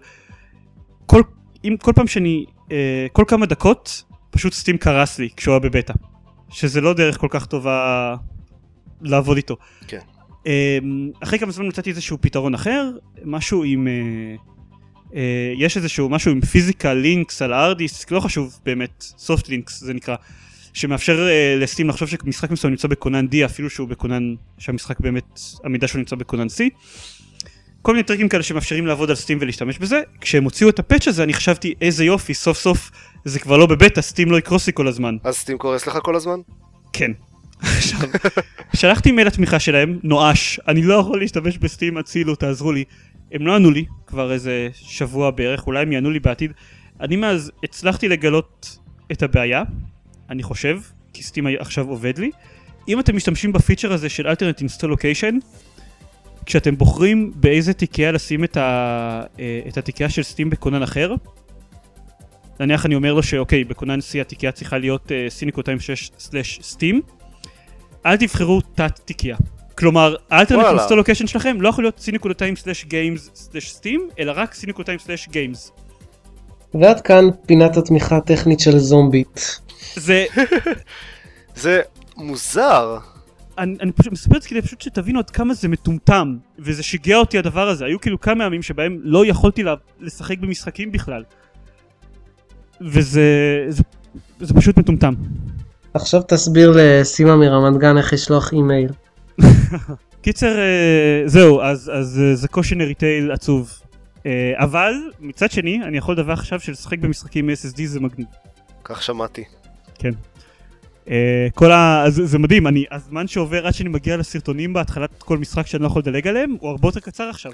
כל, אם, כל פעם שאני, אה, כל כמה דקות, פשוט סטים קרס לי כשהוא היה בבטא. שזה לא דרך כל כך טובה לעבוד איתו. כן. אה, אחרי כמה זמן מצאתי איזשהו פתרון אחר, משהו עם... אה, Uh, יש איזשהו משהו עם פיזיקל לינקס על הארד דיסק, לא חשוב באמת, סופט לינקס זה נקרא, שמאפשר uh, לסטים לחשוב שמשחק מסוים נמצא בקונן D, אפילו שהוא בקונן, שהמשחק באמת, המידע שלו נמצא בקונן C. כל מיני טריקים כאלה שמאפשרים לעבוד על סטים ולהשתמש בזה. כשהם הוציאו את הפאץ' הזה אני חשבתי איזה יופי, סוף סוף זה כבר לא בבטא, סטים לא יקרוס לי כל הזמן. אז סטים קורס לך כל הזמן? כן. עכשיו, שלחתי מייל התמיכה שלהם, נואש, אני לא יכול להשתמש בסטים, הצילו, תעזרו לי. הם לא ענו לי כבר איזה שבוע בערך, אולי הם יענו לי בעתיד. אני מאז הצלחתי לגלות את הבעיה, אני חושב, כי סטים עכשיו עובד לי. אם אתם משתמשים בפיצ'ר הזה של Alternate Install Location, כשאתם בוחרים באיזה תיקייה לשים את, ה... את התיקייה של סטים בקונן אחר, נניח אני אומר לו שאוקיי, בקונן C התיקייה צריכה להיות סי נקודה שתיים שש סלש סטים, אל תבחרו תת תיקייה. כלומר, האלטרנט וואלה. אינסטול לוקיישן שלכם לא יכול להיות c.time/games/steam, אלא רק c.time/games. ועד כאן פינת התמיכה הטכנית של זומבית. זה... זה מוזר. אני, אני פשוט מספר את זה כדי פשוט שתבינו עד כמה זה מטומטם, וזה שיגע אותי הדבר הזה. היו כאילו כמה ימים שבהם לא יכולתי לה, לשחק במשחקים בכלל. וזה זה, זה פשוט מטומטם. עכשיו תסביר לסימה מרמת גן איך לשלוח אימייל. קיצר, זהו, אז, אז זה קושנרי טייל עצוב. אבל מצד שני, אני יכול לדבר עכשיו שלשחק במשחקים מ-אס אס די זה מגניב. כך שמעתי. כן. כל ה... זה, זה מדהים, אני, הזמן שעובר עד שאני מגיע לסרטונים בהתחלת כל משחק שאני לא יכול לדלג עליהם, הוא הרבה יותר קצר עכשיו.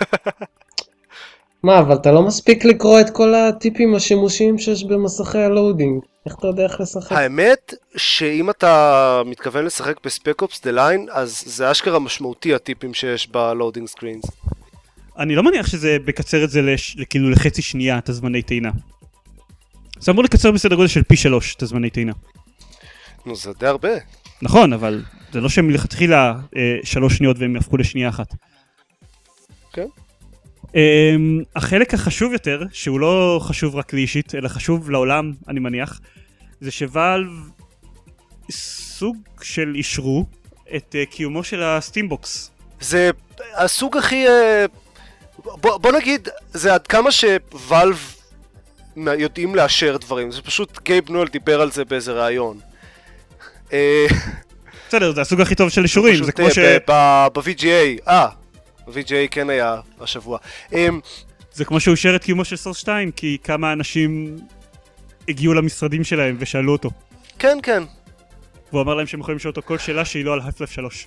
מה, אבל אתה לא מספיק לקרוא את כל הטיפים השימושיים שיש במסכי הלואודינג. איך אתה יודע איך לשחק? האמת שאם אתה מתכוון לשחק בספק אופס דה ליין, אז זה אשכרה משמעותי הטיפים שיש בלואודינג סקרינס. אני לא מניח שזה בקצר את זה לש... כאילו לחצי שנייה את הזמני טעינה. זה אמור לקצר בסדר גודל של פי שלוש את הזמני טעינה. נו, זה די הרבה. נכון, אבל זה לא שהם מלכתחילה אה, שלוש שניות והם יהפכו לשנייה אחת. כן. אה, החלק החשוב יותר, שהוא לא חשוב רק לי אישית, אלא חשוב לעולם, אני מניח, זה שוואלב סוג של אישרו את אה, קיומו של הסטימבוקס. זה הסוג הכי... אה, בוא, בוא נגיד, זה עד כמה שוואלב יודעים לאשר דברים. זה פשוט גייב נואל דיבר על זה באיזה ראיון. בסדר, זה הסוג הכי טוב של אישורים, זה כמו ש... ב-וי ג'י איי, אה, ב-וי ג'י איי כן היה השבוע. זה כמו שהוא אישר את קיומו של סורס שתיים, כי כמה אנשים הגיעו למשרדים שלהם ושאלו אותו. כן, כן. והוא אמר להם שהם יכולים לשאול אותו כל שאלה שהיא לא על Half-Life שלוש.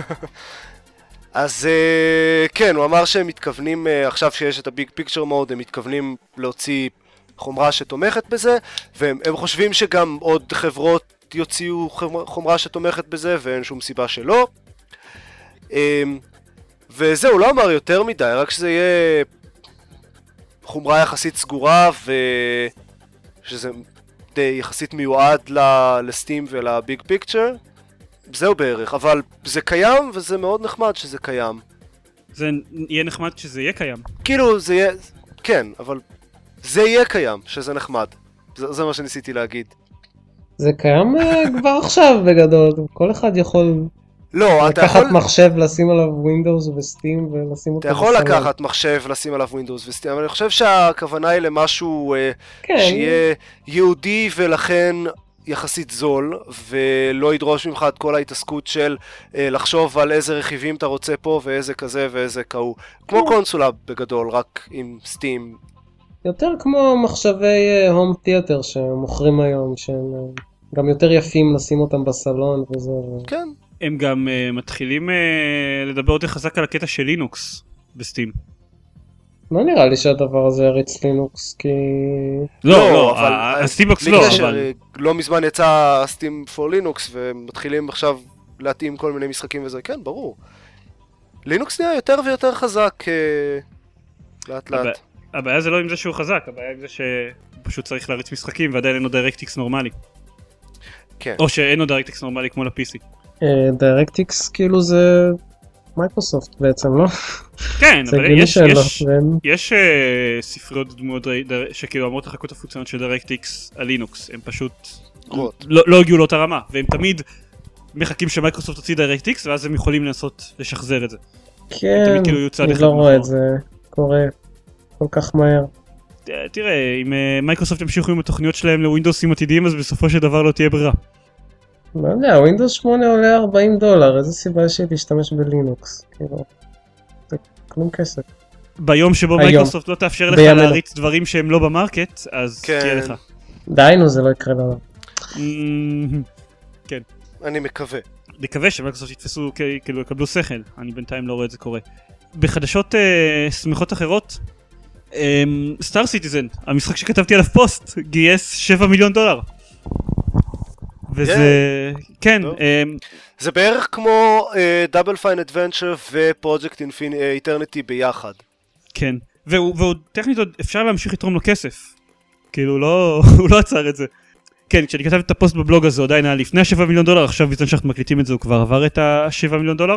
אז כן, הוא אמר שהם מתכוונים, עכשיו שיש את הביג פיקצ'ר מוד, הם מתכוונים להוציא חומרה שתומכת בזה, והם חושבים שגם עוד חברות יוציאו חומרה שתומכת בזה, ואין שום סיבה שלא. וזהו, לא אמר יותר מדי, רק שזה יהיה חומרה יחסית סגורה, ושזה די יחסית מיועד לסטים ולביג פיקצ'ר. זהו בערך, אבל זה קיים, וזה מאוד נחמד שזה קיים. זה יהיה נחמד שזה יהיה קיים. כאילו, זה יהיה... כן, אבל זה יהיה קיים, שזה נחמד. זה, זה מה שניסיתי להגיד. זה קיים כבר עכשיו בגדול, כל אחד יכול לא, אתה לקחת יכול... מחשב, לשים עליו ווינדוס וסטים ולשים אותו אתה יכול בסלון. לקחת מחשב, לשים עליו ווינדוס וסטים, אבל אני חושב שהכוונה היא למשהו כן. שיהיה יהודי ולכן יחסית זול, ולא ידרוש ממך את כל ההתעסקות של לחשוב על איזה רכיבים אתה רוצה פה ואיזה כזה ואיזה כהוא. כמו קונסולה בגדול, רק עם סטים. יותר כמו מחשבי הום תיאטר שמוכרים היום, שהם גם יותר יפים לשים אותם בסלון וזה. כן. הם גם uh, מתחילים uh, לדבר יותר חזק על הקטע של לינוקס בסטים. לא נראה לי שהדבר הזה יריץ לינוקס, כי... לא, לא, הסטימבוקס לא, אבל... לא מזמן יצא סטים פור לינוקס, ומתחילים עכשיו להתאים כל מיני משחקים וזה, כן, ברור. לינוקס נהיה יותר ויותר חזק לאט לאט. הבעיה זה לא עם זה שהוא חזק, הבעיה עם זה שפשוט צריך להריץ משחקים ועדיין אין לו דיירקטיקס נורמלי. כן. או שאין לו דיירקטיקס נורמלי כמו ל-פי סי. דיירקטיקס כאילו זה מייקרוסופט בעצם, לא? כן, אבל יש, יש, והם... יש uh, ספריות דמויות שכאילו אמרות לחכות את הפונקציונות של דיירקטיקס על לינוקס, הם פשוט לא, לא הגיעו לאותה רמה, והם תמיד מחכים שמייקרוסופט תוציא דיירקטיקס, ואז הם יכולים לנסות לשחזר את זה. כן, כאילו אני לא רואה את זה קורה כל כך מהר. תראה, אם uh, מייקרוסופט ימשיכו עם התוכניות שלהם לווינדוסים עתידיים, אז בסופו של דבר לא תהיה ברירה. לא יודע, ווינדוס שמונה עולה ארבעים דולר, איזה סיבה שהיא להשתמש בלינוקס, כאילו, זה כלום כסף. ביום שבו מייקרוסופט לא תאפשר לך להריץ דברים שהם לא במרקט, אז תהיה לך. די, נו, זה לא יקרה לנו. כן. אני מקווה. מקווה שמייקרוסופט יתפסו, כאילו, יקבלו שכל, אני בינתיים לא רואה את זה קורה. בחדשות שמחות אחרות, סטאר סיטיזן, המשחק שכתבתי עליו פוסט, גייס שבעה מיליון דולר. וזה, כן. זה בערך כמו דאבל פיין אדוונצ'ר ופרויקט איטרניטי ביחד. כן, והוא טכנית עוד אפשר להמשיך לתרום לו כסף. כאילו, הוא לא עצר את זה. כן, כשאני כתבתי את הפוסט בבלוג הזה, עדיין היה לפני ה-שבעה מיליון דולר, עכשיו בזמן שאנחנו מקליטים את זה, הוא כבר עבר את ה-שבעה מיליון דולר.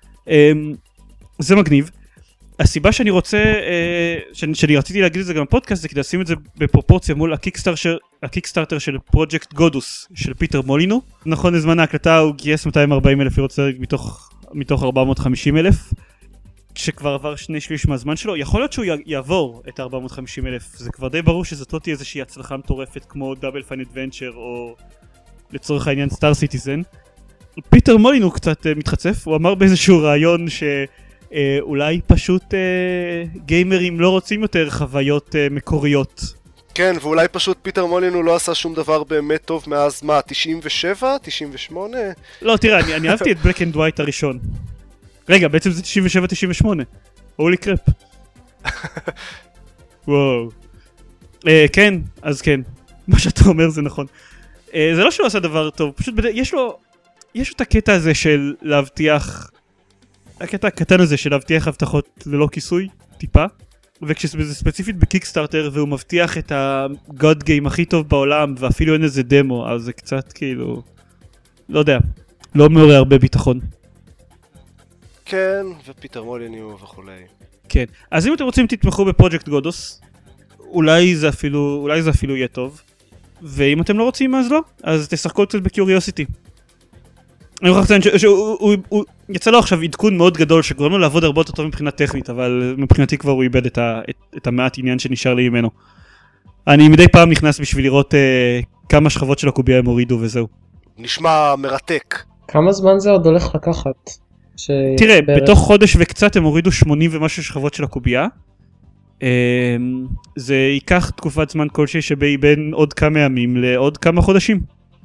זה מגניב. הסיבה שאני רוצה, שאני, שאני רציתי להגיד את זה גם בפודקאסט, זה כדי לשים את זה בפרופורציה מול הקיקסטארטר, הקיקסטארטר של פרויקט גודוס, של פיטר מולינו. נכון, לזמן ההקלטה הוא גייס מאתיים וארבעים אלף לירות סרט מתוך, מתוך ארבע מאות וחמישים אלף, שכבר עבר שני שליש מהזמן שלו. יכול להיות שהוא יעבור את ארבע מאות וחמישים אלף, זה כבר די ברור שזאת לא תהיה איזושהי הצלחה מטורפת כמו דאבל פיין אדוונצ'ר או לצורך העניין סטאר סיטיזן. פיטר מולינו קצת uh, מתחצף, הוא אמר באיזשהו רעיון שאולי uh, פשוט uh, גיימרים לא רוצים יותר חוויות uh, מקוריות. כן, ואולי פשוט פיטר מולינו לא עשה שום דבר באמת טוב מאז מה, תשעים ושבע? תשעים ושמונה? לא, תראה, אני, אני אהבתי את בלק אנד ווייט הראשון. רגע, בעצם זה תשעים ושבע תשעים ושמונה. הולי קרפ. וואו. uh, כן, אז כן. מה שאתה אומר זה נכון. Uh, זה לא שהוא עשה דבר טוב, פשוט בד... יש לו... יש לו את הקטע הזה של להבטיח, הקטע הקטן הזה של להבטיח הבטחות ללא כיסוי, טיפה, וכשזה ספציפית בקיקסטארטר והוא מבטיח את הגוד גיים הכי טוב בעולם ואפילו אין איזה דמו, אז זה קצת כאילו, לא יודע, לא מעורר הרבה ביטחון. כן, ופיטר מולינו וכולי. כן, אז אם אתם רוצים תתמכו בפרויקט גודוס, אולי זה אפילו, אולי זה אפילו יהיה טוב, ואם אתם לא רוצים אז לא, אז תשחקו קצת בקיוריוסיטי. אני מוכרח לציין שהוא יצא לו עכשיו עדכון מאוד גדול שגורם לו לעבוד הרבה יותר טוב מבחינה טכנית, אבל מבחינתי כבר הוא איבד את המעט עניין שנשאר לי ממנו. אני מדי פעם נכנס בשביל לראות כמה שכבות של הקובייה הם הורידו וזהו. נשמע מרתק. כמה זמן זה עוד הולך לקחת? תראה, בתוך חודש וקצת הם הורידו שמונים ומשהו שכבות של הקובייה. זה ייקח תקופת זמן כלשהי שבין עוד כמה ימים לעוד כמה חודשים.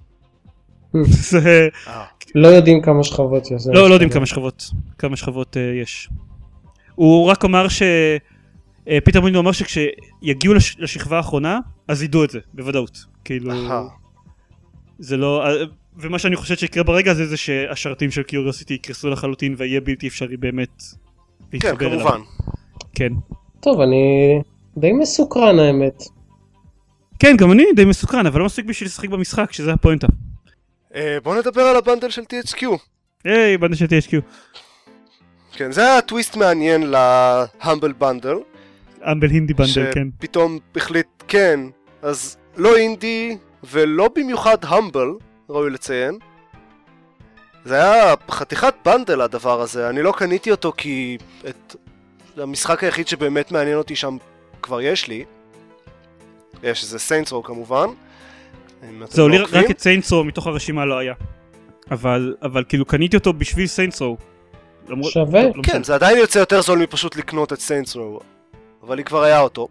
זה... לא יודעים כמה שכבות יש. לא, לא יודעים כמה שכבות, כמה שכבות יש. הוא רק אמר ש... פיטר מולינו אמר שכשיגיעו לשכבה האחרונה, אז ידעו את זה, בוודאות. כאילו... זה לא... ומה שאני חושב שיקרה ברגע הזה, זה שהשרתים של קיוריוסיטי יקרסו לחלוטין, ויהיה בלתי אפשרי באמת להתחבר אליו. כן, כמובן. כן. טוב, אני די מסוקרן האמת. כן, גם אני די מסוקרן, אבל לא מספיק בשביל לשחק במשחק, שזה הפואנטה. בוא נדבר על הבנדל של טי אייץ' קיו. היי, בנדל של טי אייץ' קיו. כן, זה היה טוויסט מעניין להמבל בנדל. המבל הינדי בנדל, כן. שפתאום החליט, כן, אז לא אינדי ולא במיוחד המבל, ראוי לציין. זה היה חתיכת בנדל הדבר הזה, אני לא קניתי אותו כי את המשחק היחיד שבאמת מעניין אותי שם כבר יש לי. יש איזה סיינטס רו כמובן. זהו, לי רק את סיינטס רו מתוך הרשימה לא היה. אבל, אבל כאילו קניתי אותו בשביל סיינטס רו. שווה. כן, זה עדיין יוצא יותר זול מפשוט לקנות את סיינטס רו. אבל לי כבר היה אותו.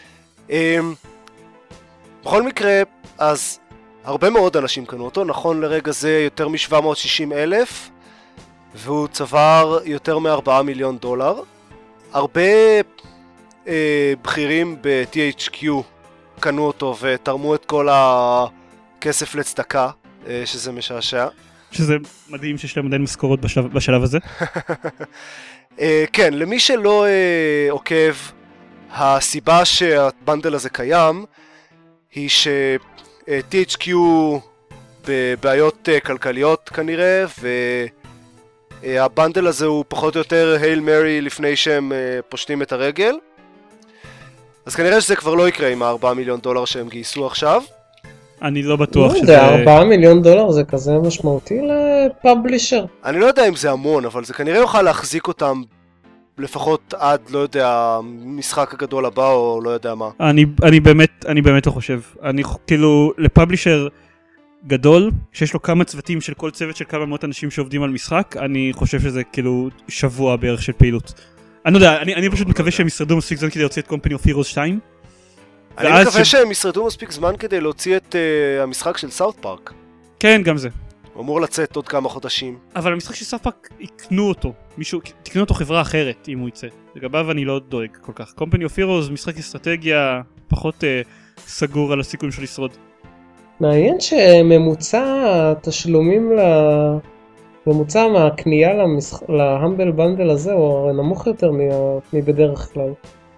בכל מקרה, אז הרבה מאוד אנשים קנו אותו. נכון לרגע זה יותר מ-שבע מאות ושישים אלף. והוא צבר יותר מ-ארבעה מיליון דולר. הרבה אה, בכירים ב-טי אייץ' קיו קנו אותו ותרמו את כל הכסף לצדקה, אה, שזה משעשע. שזה מדהים שיש להם עדיין משכורות בשלב, בשלב הזה. אה, כן, למי שלא אה, עוקב, הסיבה שהבנדל הזה קיים היא ש-טי אייץ' קיו בבעיות אה, כלכליות כנראה, ו... הבנדל הזה הוא פחות או יותר הייל מרי לפני שהם פושטים את הרגל. אז כנראה שזה כבר לא יקרה עם ה-ארבעה מיליון דולר שהם גייסו עכשיו. אני לא בטוח שזה... זה ארבעה מיליון דולר זה כזה משמעותי לפאבלישר. אני לא יודע אם זה המון, אבל זה כנראה יוכל להחזיק אותם לפחות עד, לא יודע, המשחק הגדול הבא או לא יודע מה. אני, אני באמת, אני באמת לא חושב. אני כאילו, לפאבלישר גדול, שיש לו כמה צוותים של כל צוות של כמה מאות אנשים שעובדים על משחק, אני חושב שזה כאילו שבוע בערך של פעילות. אני לא יודע, אני, אני פשוט מקווה שהם ישרדו מספיק זמן כדי להוציא את Company of Heroes שתיים. אני מקווה ש... שהם ישרדו מספיק זמן כדי להוציא את uh, המשחק של סאות' פארק. כן, גם זה. הוא אמור לצאת עוד כמה חודשים. אבל המשחק של סאות' פארק יקנו אותו. מישהו, תקנו אותו חברה אחרת אם הוא יצא. לגביו אני לא דואג כל כך. Company of Heroes, משחק אסטרטגיה, פחות uh, סגור על הסיכון של לשרוד. מעניין שממוצע התשלומים ל... ממוצע מהקנייה להמבל בנדל הזה הוא נמוך יותר מבדרך כלל.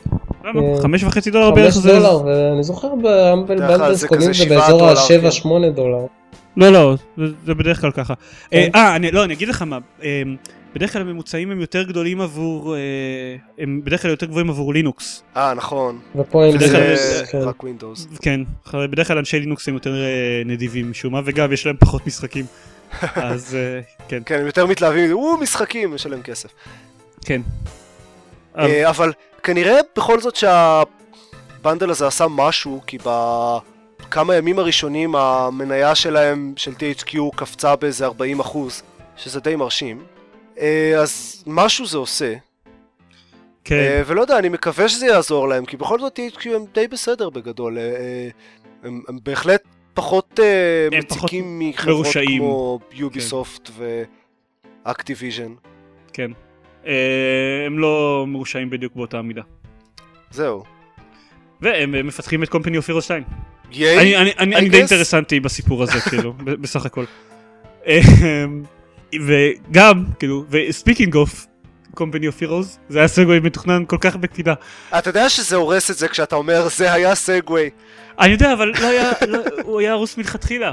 למה? חמש וחצי דולר בערך חמש זה... דולר, ואני זוכר בהמבל בדרך כלל בנדלס זה קונים כזה זה שבעה באזור דולר, ה-שבע כן. שמונה דולר. לא, לא, זה, זה בדרך כלל ככה. כן. אה, אני, לא, אני אגיד לך מה, אה, בדרך כלל הממוצעים הם יותר גדולים עבור, אה, הם בדרך כלל יותר גבוהים עבור לינוקס. אה, נכון. ופה אין בדרך כלל לינוקס, זה כן. רק ווינדוס. כן, בדרך כלל אנשי לינוקס הם יותר אה, נדיבים משום מה, וגם יש להם פחות משחקים. אז אה, כן, כן, הם יותר מתלהבים, הוא משחקים, משלם כסף. כן. אה, אבל כנראה בכל זאת שהבנדל הזה עשה משהו, כי בכמה ימים הראשונים המניה שלהם, של טי אייץ' קיו, קפצה באיזה ארבעים אחוז, שזה די מרשים. אה, אז משהו זה עושה. כן. אה, ולא יודע, אני מקווה שזה יעזור להם, כי בכל זאת טי אייץ' קיו הם די בסדר בגדול. אה, אה, הם, הם בהחלט פחות אה, הם פחות מציקים מחברות מרושעים. כמו יוביסופט ואקטיביז'ן. כן. אה, הם לא מרושעים בדיוק באותה מידה. זהו. והם אה, מפתחים את קומפני אוף הירוס שתיים. ייי, אני, אני, אני, I אני די guess. אינטרסנטי בסיפור הזה, כאילו, ב- בסך הכל. אה, וגם, כאילו, ו-speaking of Company of Heroes, זה היה סגווי מתוכנן כל כך בקפידה. אתה יודע שזה הורס את זה כשאתה אומר זה היה סגווי. אני יודע, אבל לא היה, לא, הוא היה הרוס מלכתחילה.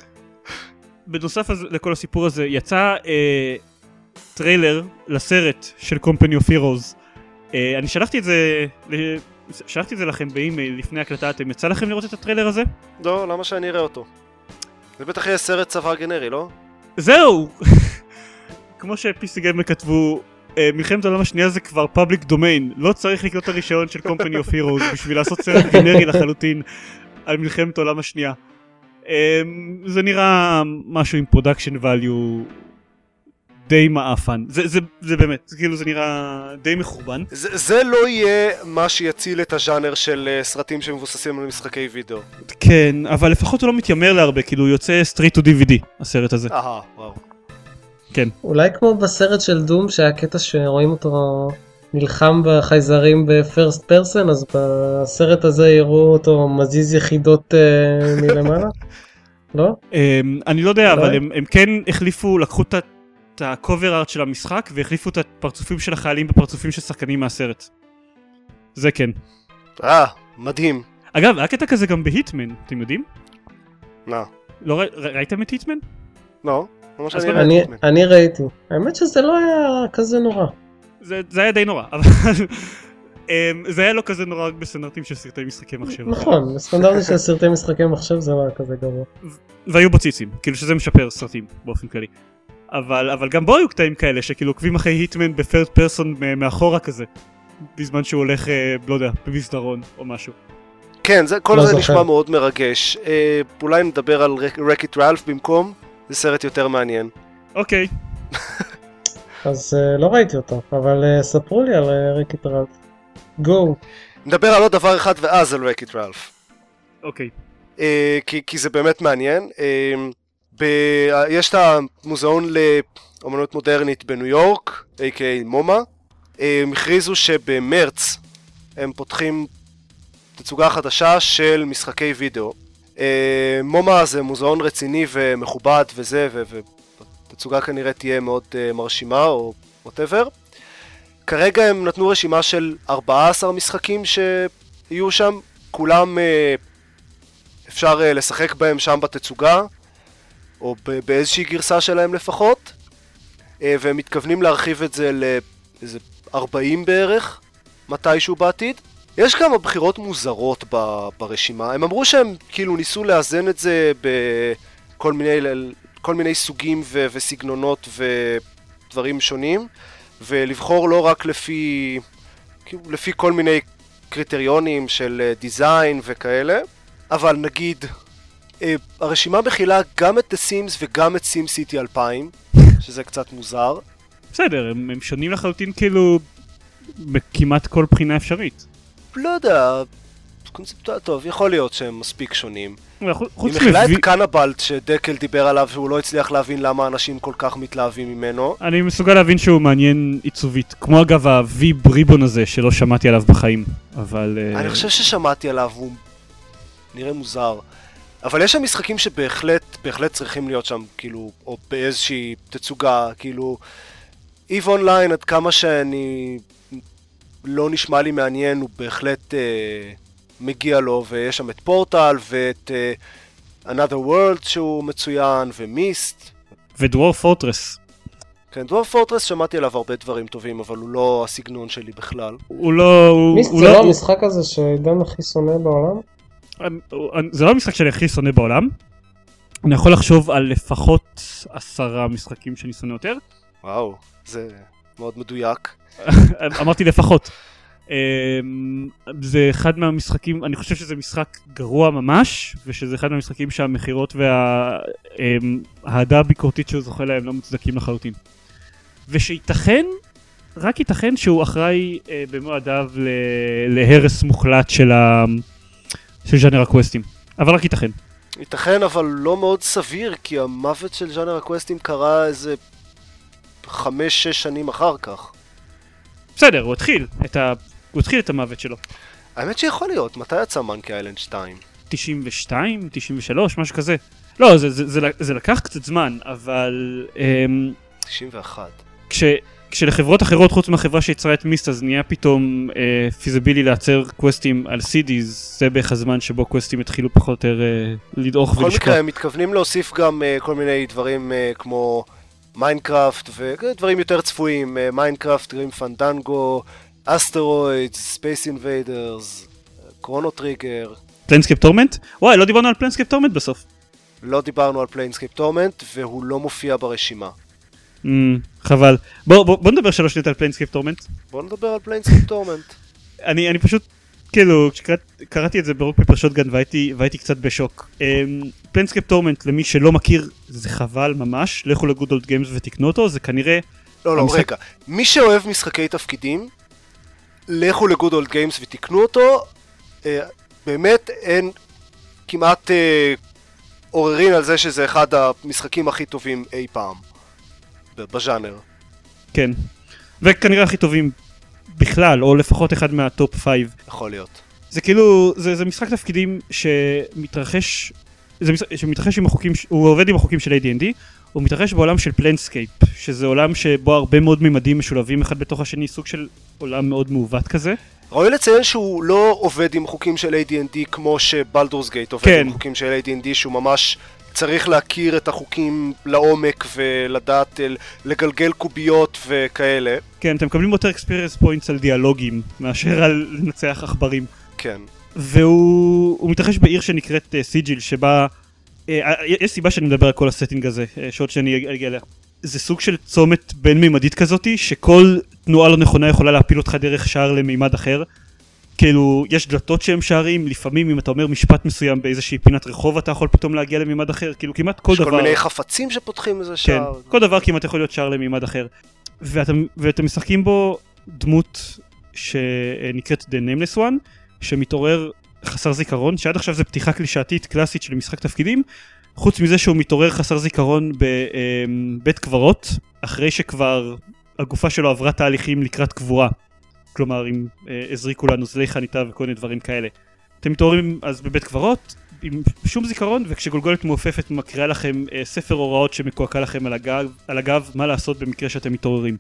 בנוסף אז, לכל הסיפור הזה, יצא אה, טריילר לסרט של Company of Heroes. אה, אני שלחתי את זה, שלחתי את זה לכם באימייל לפני הקלטה, אתם יצא לכם לראות את הטריילר הזה? לא, למה שאני אראה אותו? זה בטח יהיה סרט צבא גנרי, לא? זהו! כמו ש-פי סי Gamer כתבו, אה, מלחמת העולם השנייה זה כבר פאבליק דומיין, לא צריך לקנות את הרישיון של Company of Heroes בשביל לעשות סרט גנרי לחלוטין על מלחמת העולם השנייה. אה, זה נראה משהו עם פרודקשן ואליו די מאפן, זה, זה, זה באמת, זה כאילו זה נראה די מחורבן. זה, זה לא יהיה מה שיציל את הז'אנר של uh, סרטים שמבוססים על משחקי וידאו. כן, אבל לפחות הוא לא מתיימר להרבה, כאילו הוא יוצא סטריט טו די וי די, הסרט הזה. אהה, וואו. כן. אולי כמו בסרט של דום שהיה קטע שרואים אותו נלחם בחייזרים בפרסט פרסן, אז בסרט הזה יראו אותו מזיז יחידות uh, מלמעלה? לא? Um, אני לא יודע, לא? אבל הם, הם כן החליפו, לקחו את ה... את הקובר ארט של המשחק והחליפו את הפרצופים של החיילים בפרצופים של שחקנים מהסרט. זה כן. אה, מדהים. אגב, היה קטע כזה גם בהיטמן, אתם יודעים? מה? לא ר... ראיתם את היטמן? לא, ממש אז אני לא, אני, ראיתי. אני ראיתי. האמת שזה לא היה כזה נורא. זה, זה היה די נורא, אבל um, זה היה לא כזה נורא רק בסטנדרטים של סרטי משחקי מחשב. נכון, בסטנדרטים של סרטי משחקי מחשב זה לא היה כזה גרוע. והיו בו ציצים, כאילו שזה משפר סרטים באופן כללי. אבל, אבל גם בו היו קטעים כאלה שכאילו עוקבים אחרי היטמן בפרד פרסון מאחורה כזה, בזמן שהוא הולך, אה, לא יודע, במסדרון או משהו. כן, זה, כל לא זה זוכר. נשמע מאוד מרגש. אה, אולי נדבר על רקיט רלף במקום, זה סרט יותר מעניין. אוקיי. אז uh, לא ראיתי אותו, אבל uh, ספרו לי על uh, רקיט רלף. גו. נדבר על עוד דבר אחד ואז על רקיט רלף. אוקיי. אה, כי, כי זה באמת מעניין. אה, ב... יש את המוזיאון לאמנות מודרנית בניו יורק, איי קיי איי מומה. הם הכריזו שבמרץ הם פותחים תצוגה חדשה של משחקי וידאו. אה, מומה זה מוזיאון רציני ומכובד וזה, ותצוגה כנראה תהיה מאוד אה, מרשימה או whatever. כרגע הם נתנו רשימה של ארבעה עשר משחקים שיהיו שם, כולם אה, אפשר אה, לשחק בהם שם בתצוגה, או באיזושהי גרסה שלהם לפחות, והם מתכוונים להרחיב את זה לאיזה ארבעים בערך, מתישהו בעתיד. יש כמה בחירות מוזרות ברשימה, הם אמרו שהם כאילו ניסו לאזן את זה בכל מיני, כל מיני סוגים ו- וסגנונות ודברים שונים, ולבחור לא רק לפי, כאילו לפי כל מיני קריטריונים של דיזיין וכאלה, אבל נגיד, הרשימה מכילה גם את The Sims וגם את SimCity אלפיים, שזה קצת מוזר. בסדר, הם, הם שונים לחלוטין כאילו בכמעט כל בחינה אפשרית. לא יודע, קונספטואל טוב, יכול להיות שהם מספיק שונים. היא חוץ מכילה את מווי... קנבלט שדקל דיבר עליו והוא לא הצליח להבין למה אנשים כל כך מתלהבים ממנו. אני מסוגל להבין שהוא מעניין עיצובית, כמו אגב ה-V ריבון הזה שלא שמעתי עליו בחיים, אבל... אני חושב ששמעתי עליו, הוא נראה מוזר. אבל יש שם משחקים שבהחלט, בהחלט צריכים להיות שם, כאילו, או באיזושהי תצוגה, כאילו, EVE Online, עד כמה שאני לא נשמע לי מעניין, הוא בהחלט אה, מגיע לו, ויש שם את פורטל ואת אה, Another World שהוא מצוין, ומיסט. ודוור פורטרס. כן, דוור פורטרס שמעתי עליו הרבה דברים טובים, אבל הוא לא הסגנון שלי בכלל. הוא לא... מיסט זה לא המשחק הזה שעידן הכי שונא בעולם? זה לא המשחק שאני הכי שונא בעולם. אני יכול לחשוב על לפחות עשרה משחקים שאני שונא יותר. וואו, זה מאוד מדויק. אמרתי לפחות. זה אחד מהמשחקים, אני חושב שזה משחק גרוע ממש, ושזה אחד מהמשחקים שהמחירות והאהדה הביקורתית שהוא זוכה להם לא מוצדקים לחלוטין. ושייתכן, רק ייתכן שהוא אחראי במועדיו להרס מוחלט של ז'אנר הקווסטים. אבל רק ייתכן. ייתכן, אבל לא מאוד סביר, כי המוות של ז'אנר הקווסטים קרה איזה חמש, שש שנים אחר כך. בסדר, הוא התחיל את, ה... הוא התחיל את המוות שלו. האמת שיכול להיות, מתי יצא מנקי איילנד שתיים? תשעים ושתיים, תשעים ושלוש, משהו כזה. לא, זה, זה, זה, זה לקח קצת זמן, אבל... אמ... תשעים ואחת. כש... כשלחברות אחרות, חוץ מהחברה שיצרה את מיסט, אז נהיה פתאום אה, פיזיבילי לייצר קווסטים על סידיז, זה בערך הזמן שבו קווסטים התחילו פחות או יותר אה, לדעוך ולשקוע. בכל מקרה, הם מתכוונים להוסיף גם אה, כל מיני דברים אה, כמו מיינקראפט ודברים יותר צפויים, אה, מיינקראפט, גרים פנדנגו, אסטרואידס, ספייס אינביידרס, קרונו טריגר. פליינסקייפ טורמנט? וואי, לא דיברנו על פליינסקייפ טורמנט בסוף. לא דיברנו על פליינסקייפ טורמנט, והוא לא מופיע ברשימה. Mm, חבל. בוא, בוא, בוא נדבר שלוש שניות על פליינסקייפ טורמנט. בוא נדבר על פליינסקייפ טורמנט. אני, אני פשוט, כאילו, כשקראתי את זה ברוק פפר שוטגן והייתי, והייתי קצת בשוק. פליינסקייפ טורמנט, למי שלא מכיר, זה חבל ממש. לכו לגוד אולד גיימס ותקנו אותו, זה כנראה... לא, לא, המשחק... רגע. מי שאוהב משחקי תפקידים, לכו לגוד אולד גיימס ותקנו אותו. אה, באמת אין כמעט אה, עוררין על זה שזה אחד המשחקים הכי טובים אי פעם. בז'אנר. כן. וכנראה הכי טובים בכלל, או לפחות אחד מהטופ פייב. יכול להיות. זה כאילו, זה, זה משחק תפקידים שמתרחש, זה משחק, שמתרחש עם החוקים, הוא עובד עם החוקים של איי די אנד די, הוא מתרחש בעולם של פלנסקייפ, שזה עולם שבו הרבה מאוד ממדים משולבים אחד בתוך השני, סוג של עולם מאוד מעוות כזה. ראוי לציין שהוא לא עובד עם חוקים של איי די אנד די כמו שבלדורס גייט עובד כן. עם חוקים של איי די אנד די, שהוא ממש צריך להכיר את החוקים לעומק ולדעת לגלגל קוביות וכאלה. כן, אתם מקבלים יותר experience points על דיאלוגים מאשר על לנצח עכברים. כן. והוא מתרחש בעיר שנקראת uh, סיג'יל, שבה... Uh, יש סיבה שאני מדבר על כל הסטינג הזה, uh, שעוד שאני אגיע אליה. זה סוג של צומת בין-מימדית כזאתי, שכל תנועה לא נכונה יכולה להפיל אותך דרך שער למימד אחר. כאילו, יש דלתות שהם שערים, לפעמים אם אתה אומר משפט מסוים באיזושהי פינת רחוב, אתה יכול פתאום להגיע למימד אחר, כאילו כמעט כל דבר... יש כל מיני חפצים שפותחים איזה שער. כן, כל דבר כמעט יכול להיות שער למימד אחר. ואתם, ואתם משחקים בו דמות שנקראת The Nameless One, שמתעורר חסר זיכרון, שעד עכשיו זה פתיחה קלישאתית קלאסית של משחק תפקידים, חוץ מזה שהוא מתעורר חסר זיכרון בבית קברות, אחרי שכבר הגופה שלו עברה תהליכים לקראת קבורה. כלומר, אם אה, הזריקו לנו זלי חניתה וכל מיני דברים כאלה. אתם מתעוררים אז בבית קברות, עם שום זיכרון, וכשגולגולת מעופפת מקריאה לכם אה, ספר הוראות שמקועקע לכם על הגב, על הגב, מה לעשות במקרה שאתם מתעוררים.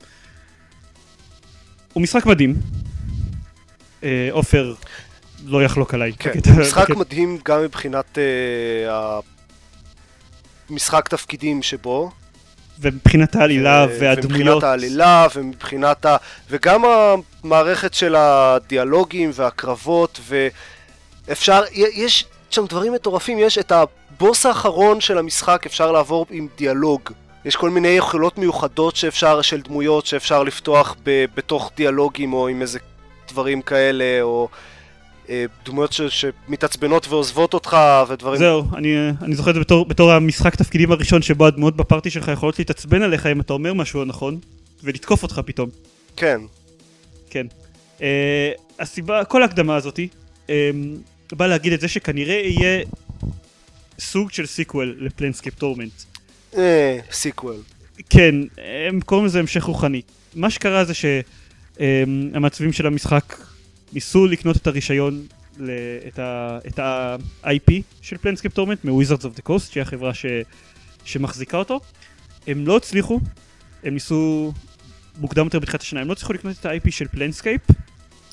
הוא משחק מדהים. אה, אופר לא יחלוק עליי. כן, הוא משחק מדהים גם מבחינת אה, המשחק תפקידים שבו. ומבחינת העלילה והדמויות. ומבחינת העלילה ומבחינת ה... וגם המערכת של הדיאלוגים והקרבות, ואפשר, יש שם דברים מטורפים, יש את הבוס האחרון של המשחק, אפשר לעבור עם דיאלוג. יש כל מיני יכולות מיוחדות שאפשר, של דמויות שאפשר לפתוח ב, בתוך דיאלוגים או עם איזה דברים כאלה, או דמויות ש, שמתעצבנות ועוזבות אותך ודברים... זהו, אני, אני זוכר את זה בתור, בתור המשחק תפקידים הראשון שבו הדמויות בפארטי שלך יכולות להתעצבן עליך אם אתה אומר משהו נכון, ולתקוף אותך פתאום. כן. כן. Uh, הסיבה, כל ההקדמה הזאת, uh, בא להגיד את זה שכנראה יהיה סוג של סיקוול לפליינסקייפ טורמנט. אה, סיקוול. כן, הם קוראים לזה המשך רוחני. מה שקרה זה שהמעצבים של המשחק ניסו לקנות את הרישיון, את ה-איי פי של פליינסקייפ טורמנט מ-Wizards of the Coast, שהיא החברה ש... שמחזיקה אותו. הם לא הצליחו, הם ניסו מוקדם יותר בתחילת השנה, הם לא הצליחו לקנות את ה-איי פי של פליינסקייפ,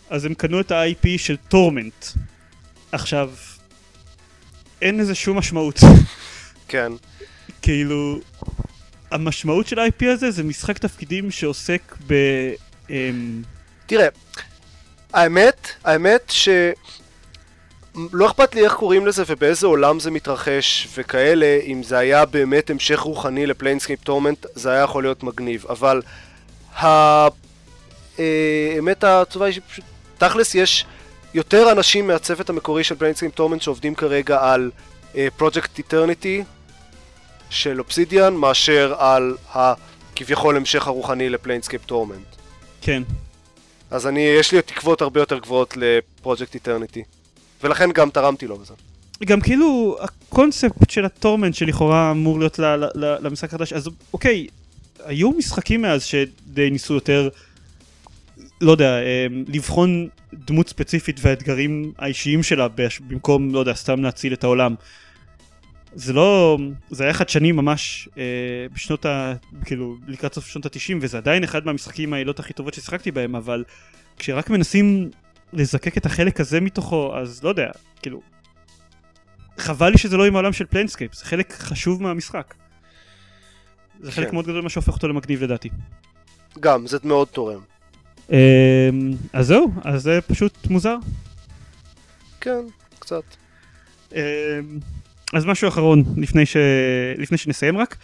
אז הם קנו את ה-איי פי של טורמנט. עכשיו, אין לזה שום משמעות. כן. כאילו, המשמעות של ה-איי פי הזה זה משחק תפקידים שעוסק ב... תראה, האמת, האמת ש... לא אכפת לי איך קוראים לזה ובאיזה עולם זה מתרחש וכאלה, אם זה היה באמת המשך רוחני לפליינסקייפ טורמנט, זה היה יכול להיות מגניב, אבל האמת העצובה היא שפשוט, תכלס יש יותר אנשים מהצוות המקורי של פליינסקייפ טורמנט שעובדים כרגע על פרויקט איטרניטי של אובסידיאן, מאשר על הכביכול המשך הרוחני לפליינסקייפ טורמנט. כן. אז אני, יש לי תקוות הרבה יותר גבוהות לפרויקט איטרניטי. ולכן גם תרמתי לו בזה. גם כאילו, הקונספט של הטורמנט שלכאורה אמור להיות למשחק חדש, אז אוקיי, היו משחקים מאז שדי ניסו יותר, לא יודע, לבחון דמות ספציפית והאתגרים האישיים שלה, במקום, לא יודע, סתם להציל את העולם. זה לא, זה היה חדשני ממש בשנות ה... כאילו, לקראת סוף שנות ה-תשעים, וזה עדיין אחד מהמשחקים העילות הכי טובות ששיחקתי בהם, אבל כשרק מנסים לזקק את החלק הזה מתוכו, אז לא יודע, כאילו, חבל לי שזה לא עם העולם של פליינסקייפ, זה חלק חשוב מהמשחק. זה חלק כן. מאוד גדול מה שהופך אותו למגניב לדעתי. גם, זה מאוד תורם. אז זהו, אז זה פשוט מוזר. כן, קצת. אז משהו אחרון, לפני, ש... לפני שנסיים רק.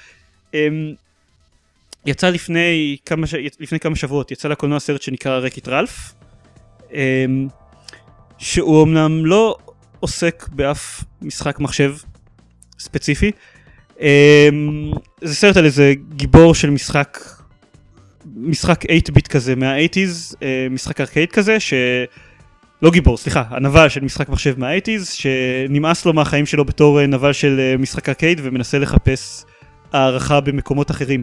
יצא לפני כמה, ש... לפני כמה שבועות, יצא לקולנוע סרט שנקרא רקיט רלף, שהוא אמנם לא עוסק באף משחק מחשב ספציפי. זה סרט על איזה גיבור של משחק, משחק שמונה ביט כזה מה-שמונים, משחק ארקייד כזה, ש... לא גיבור, סליחה, הנבל של משחק מחשב מה-שמונים, שנמאס לו מהחיים שלו בתור נבל של משחק ארקייד, ומנסה לחפש הערכה במקומות אחרים.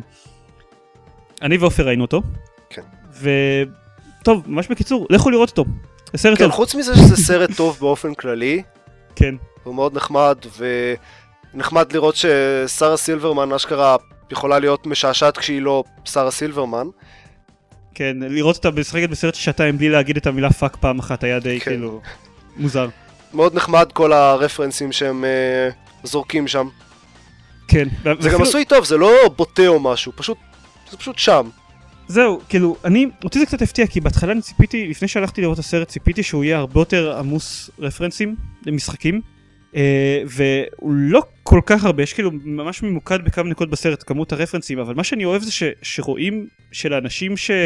אני ואופר ראינו אותו. כן. וטוב, ממש בקיצור, לכו לראות אותו. זה סרט כן, טוב. חוץ מזה שזה סרט טוב באופן כללי, כן. הוא מאוד נחמד, ונחמד לראות ששרה סילברמן אשכרה יכולה להיות משעשעת כשהיא לא שרה סילברמן. כן, לראות אותה משחקת בסרט שעתיים בלי להגיד את המילה פאק פעם אחת, היה די כן. כאילו מוזר. מאוד נחמד כל הרפרנסים שהם uh, זורקים שם. כן. זה ואפילו... גם עשוי טוב, זה לא בוטה או משהו, פשוט, זה פשוט שם. זהו, כאילו, אני, אותי זה קצת הפתיע, כי בהתחלה אני ציפיתי, לפני שהלכתי לראות את הסרט, ציפיתי שהוא יהיה הרבה יותר עמוס רפרנסים למשחקים, אה, והוא לא כל כך הרבה, יש כאילו ממש ממוקד בכמה נקודות בסרט, כמות הרפרנסים, אבל מה שאני אוהב זה ש, שרואים של האנשים ש,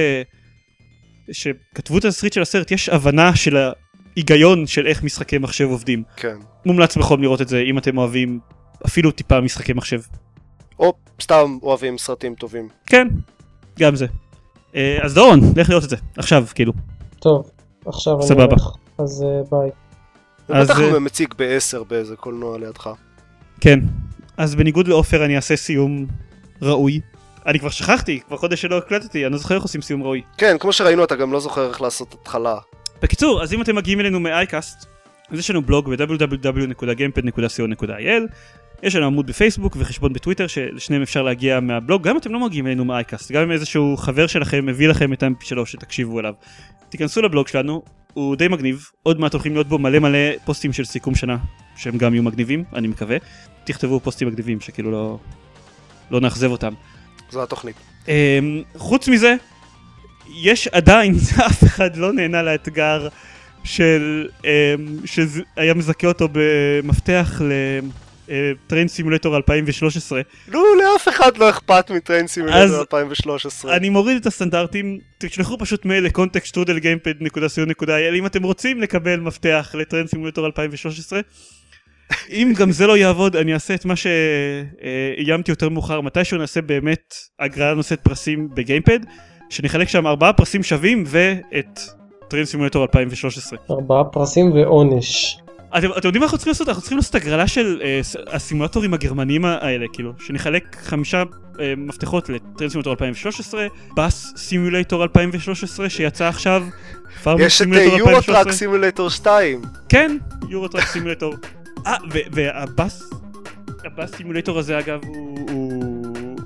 שכתבו את התסריט של הסרט, יש הבנה של ההיגיון של איך משחקי מחשב עובדים. כן. מומלץ בחום לראות את זה, אם אתם אוהבים אפילו טיפה משחקי מחשב. או סתם אוהבים סרטים טובים. כן, גם זה. אז דורון, לך לראות את זה, עכשיו, כאילו. טוב, עכשיו אני סבבה. הולך, אז uh, ביי. ובטח אז, הוא מציג בעשר באיזה קולנוע לידך. כן, אז בניגוד לאופר אני אעשה סיום ראוי. אני כבר שכחתי, כבר חודש שלא הקלטתי, אני לא זוכר איך עושים סיום ראוי. כן, כמו שראינו אתה גם לא זוכר איך לעשות התחלה. בקיצור, אז אם אתם מגיעים אלינו מ-iCast, אז יש לנו בלוג ב-דאבליו דאבליו דאבליו נקודה גיימפד נקודה סי או נקודה איי אל, יש לנו עמוד בפייסבוק וחשבון בטוויטר שלשניהם אפשר להגיע מהבלוג, גם אם אתם לא מגיעים אלינו מ-iCast, גם אם איזשהו חבר שלכם מביא לכם את ה-אם פי שלוש שתקשיבו אליו. תיכנסו לבלוג שלנו, הוא די מגניב, עוד מעט הולכים להיות בו מלא מלא פוסטים של סיכום שנה, שהם גם יהיו מגניבים, אני מקווה. תכתבו פוסטים מגניבים שכאילו לא, לא נאכזב אותם. זו התוכנית. חוץ מזה, יש עדיין, אף אחד לא נהנה לאתגר של, שהיה מזכה אותו במפתח לטריין סימולטור אלפיים ושלוש עשרה. לא, לאף אחד לא אכפת מטריין סימולטור אלפיים ושלוש עשרה. אני מוריד את הסטנדרטים, תשלחו פשוט מייל לקונטקסט שטרודל גיימפד נקודה סי או נקודה איי אל אם אתם רוצים לקבל מפתח לטריין סימולטור אלפיים ושלוש עשרה. אם גם זה לא יעבוד, אני אעשה את מה שאיימתי יותר מאוחר, מתישהו נעשה באמת הגרלה נושאת פרסים בגיימפד, שנחלק שם ארבעה פרסים שווים ואת טריין סימולטור אלפיים ושלוש עשרה. ארבעה פרסים ועונש. אתם, אתם יודעים מה אנחנו צריכים לעשות? אנחנו צריכים לעשות הגרלה של אה, הסימולטורים הגרמניים האלה, כאילו, שנחלק חמישה אה, מפתחות לטריין סימולטור אלפיים ושלוש עשרה, בס סימולטור אלפיים ושלוש עשרה שיצא עכשיו, יש את יורוטראק סימולטור שתיים. כן, יורוטראק סימולטור. אה, והבאס, הבאס סימולטור הזה אגב הוא, הוא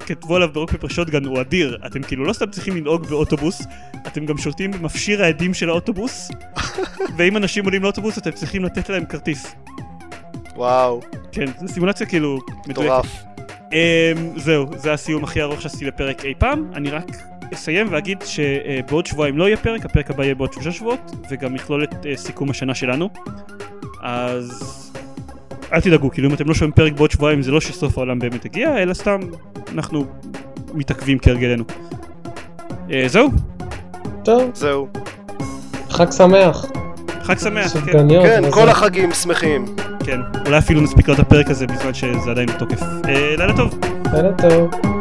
שכתבו עליו ברוק פפר שוטגן הוא אדיר. אתם כאילו לא סתם צריכים לנהוג באוטובוס, אתם גם שולטים במפשיר העדים של האוטובוס, ואם אנשים עולים לאוטובוס אתם צריכים לתת להם כרטיס. וואו. כן, זו סימולציה כאילו מטורף. זהו, זה הסיום הכי ארוך שעשיתי לפרק אי פעם. אני רק אסיים ואגיד שבעוד שבועיים לא יהיה פרק, הפרק הבא יהיה בעוד שלושה שבועות, וגם יכלול את סיכום השנה שלנו. אז אל תדאגו, כאילו אם אתם לא שומעים פרק בעוד שבועיים זה לא שסוף העולם באמת הגיע, אלא סתם אנחנו מתעכבים כהרגלנו. זהו? טוב. זהו. חג שמח. חג שמח, כן. כן, כל החגים שמחים. כן, אולי אפילו נספיק לו את הפרק הזה בזמן שזה עדיין בתוקף. לילה טוב. לילה טוב.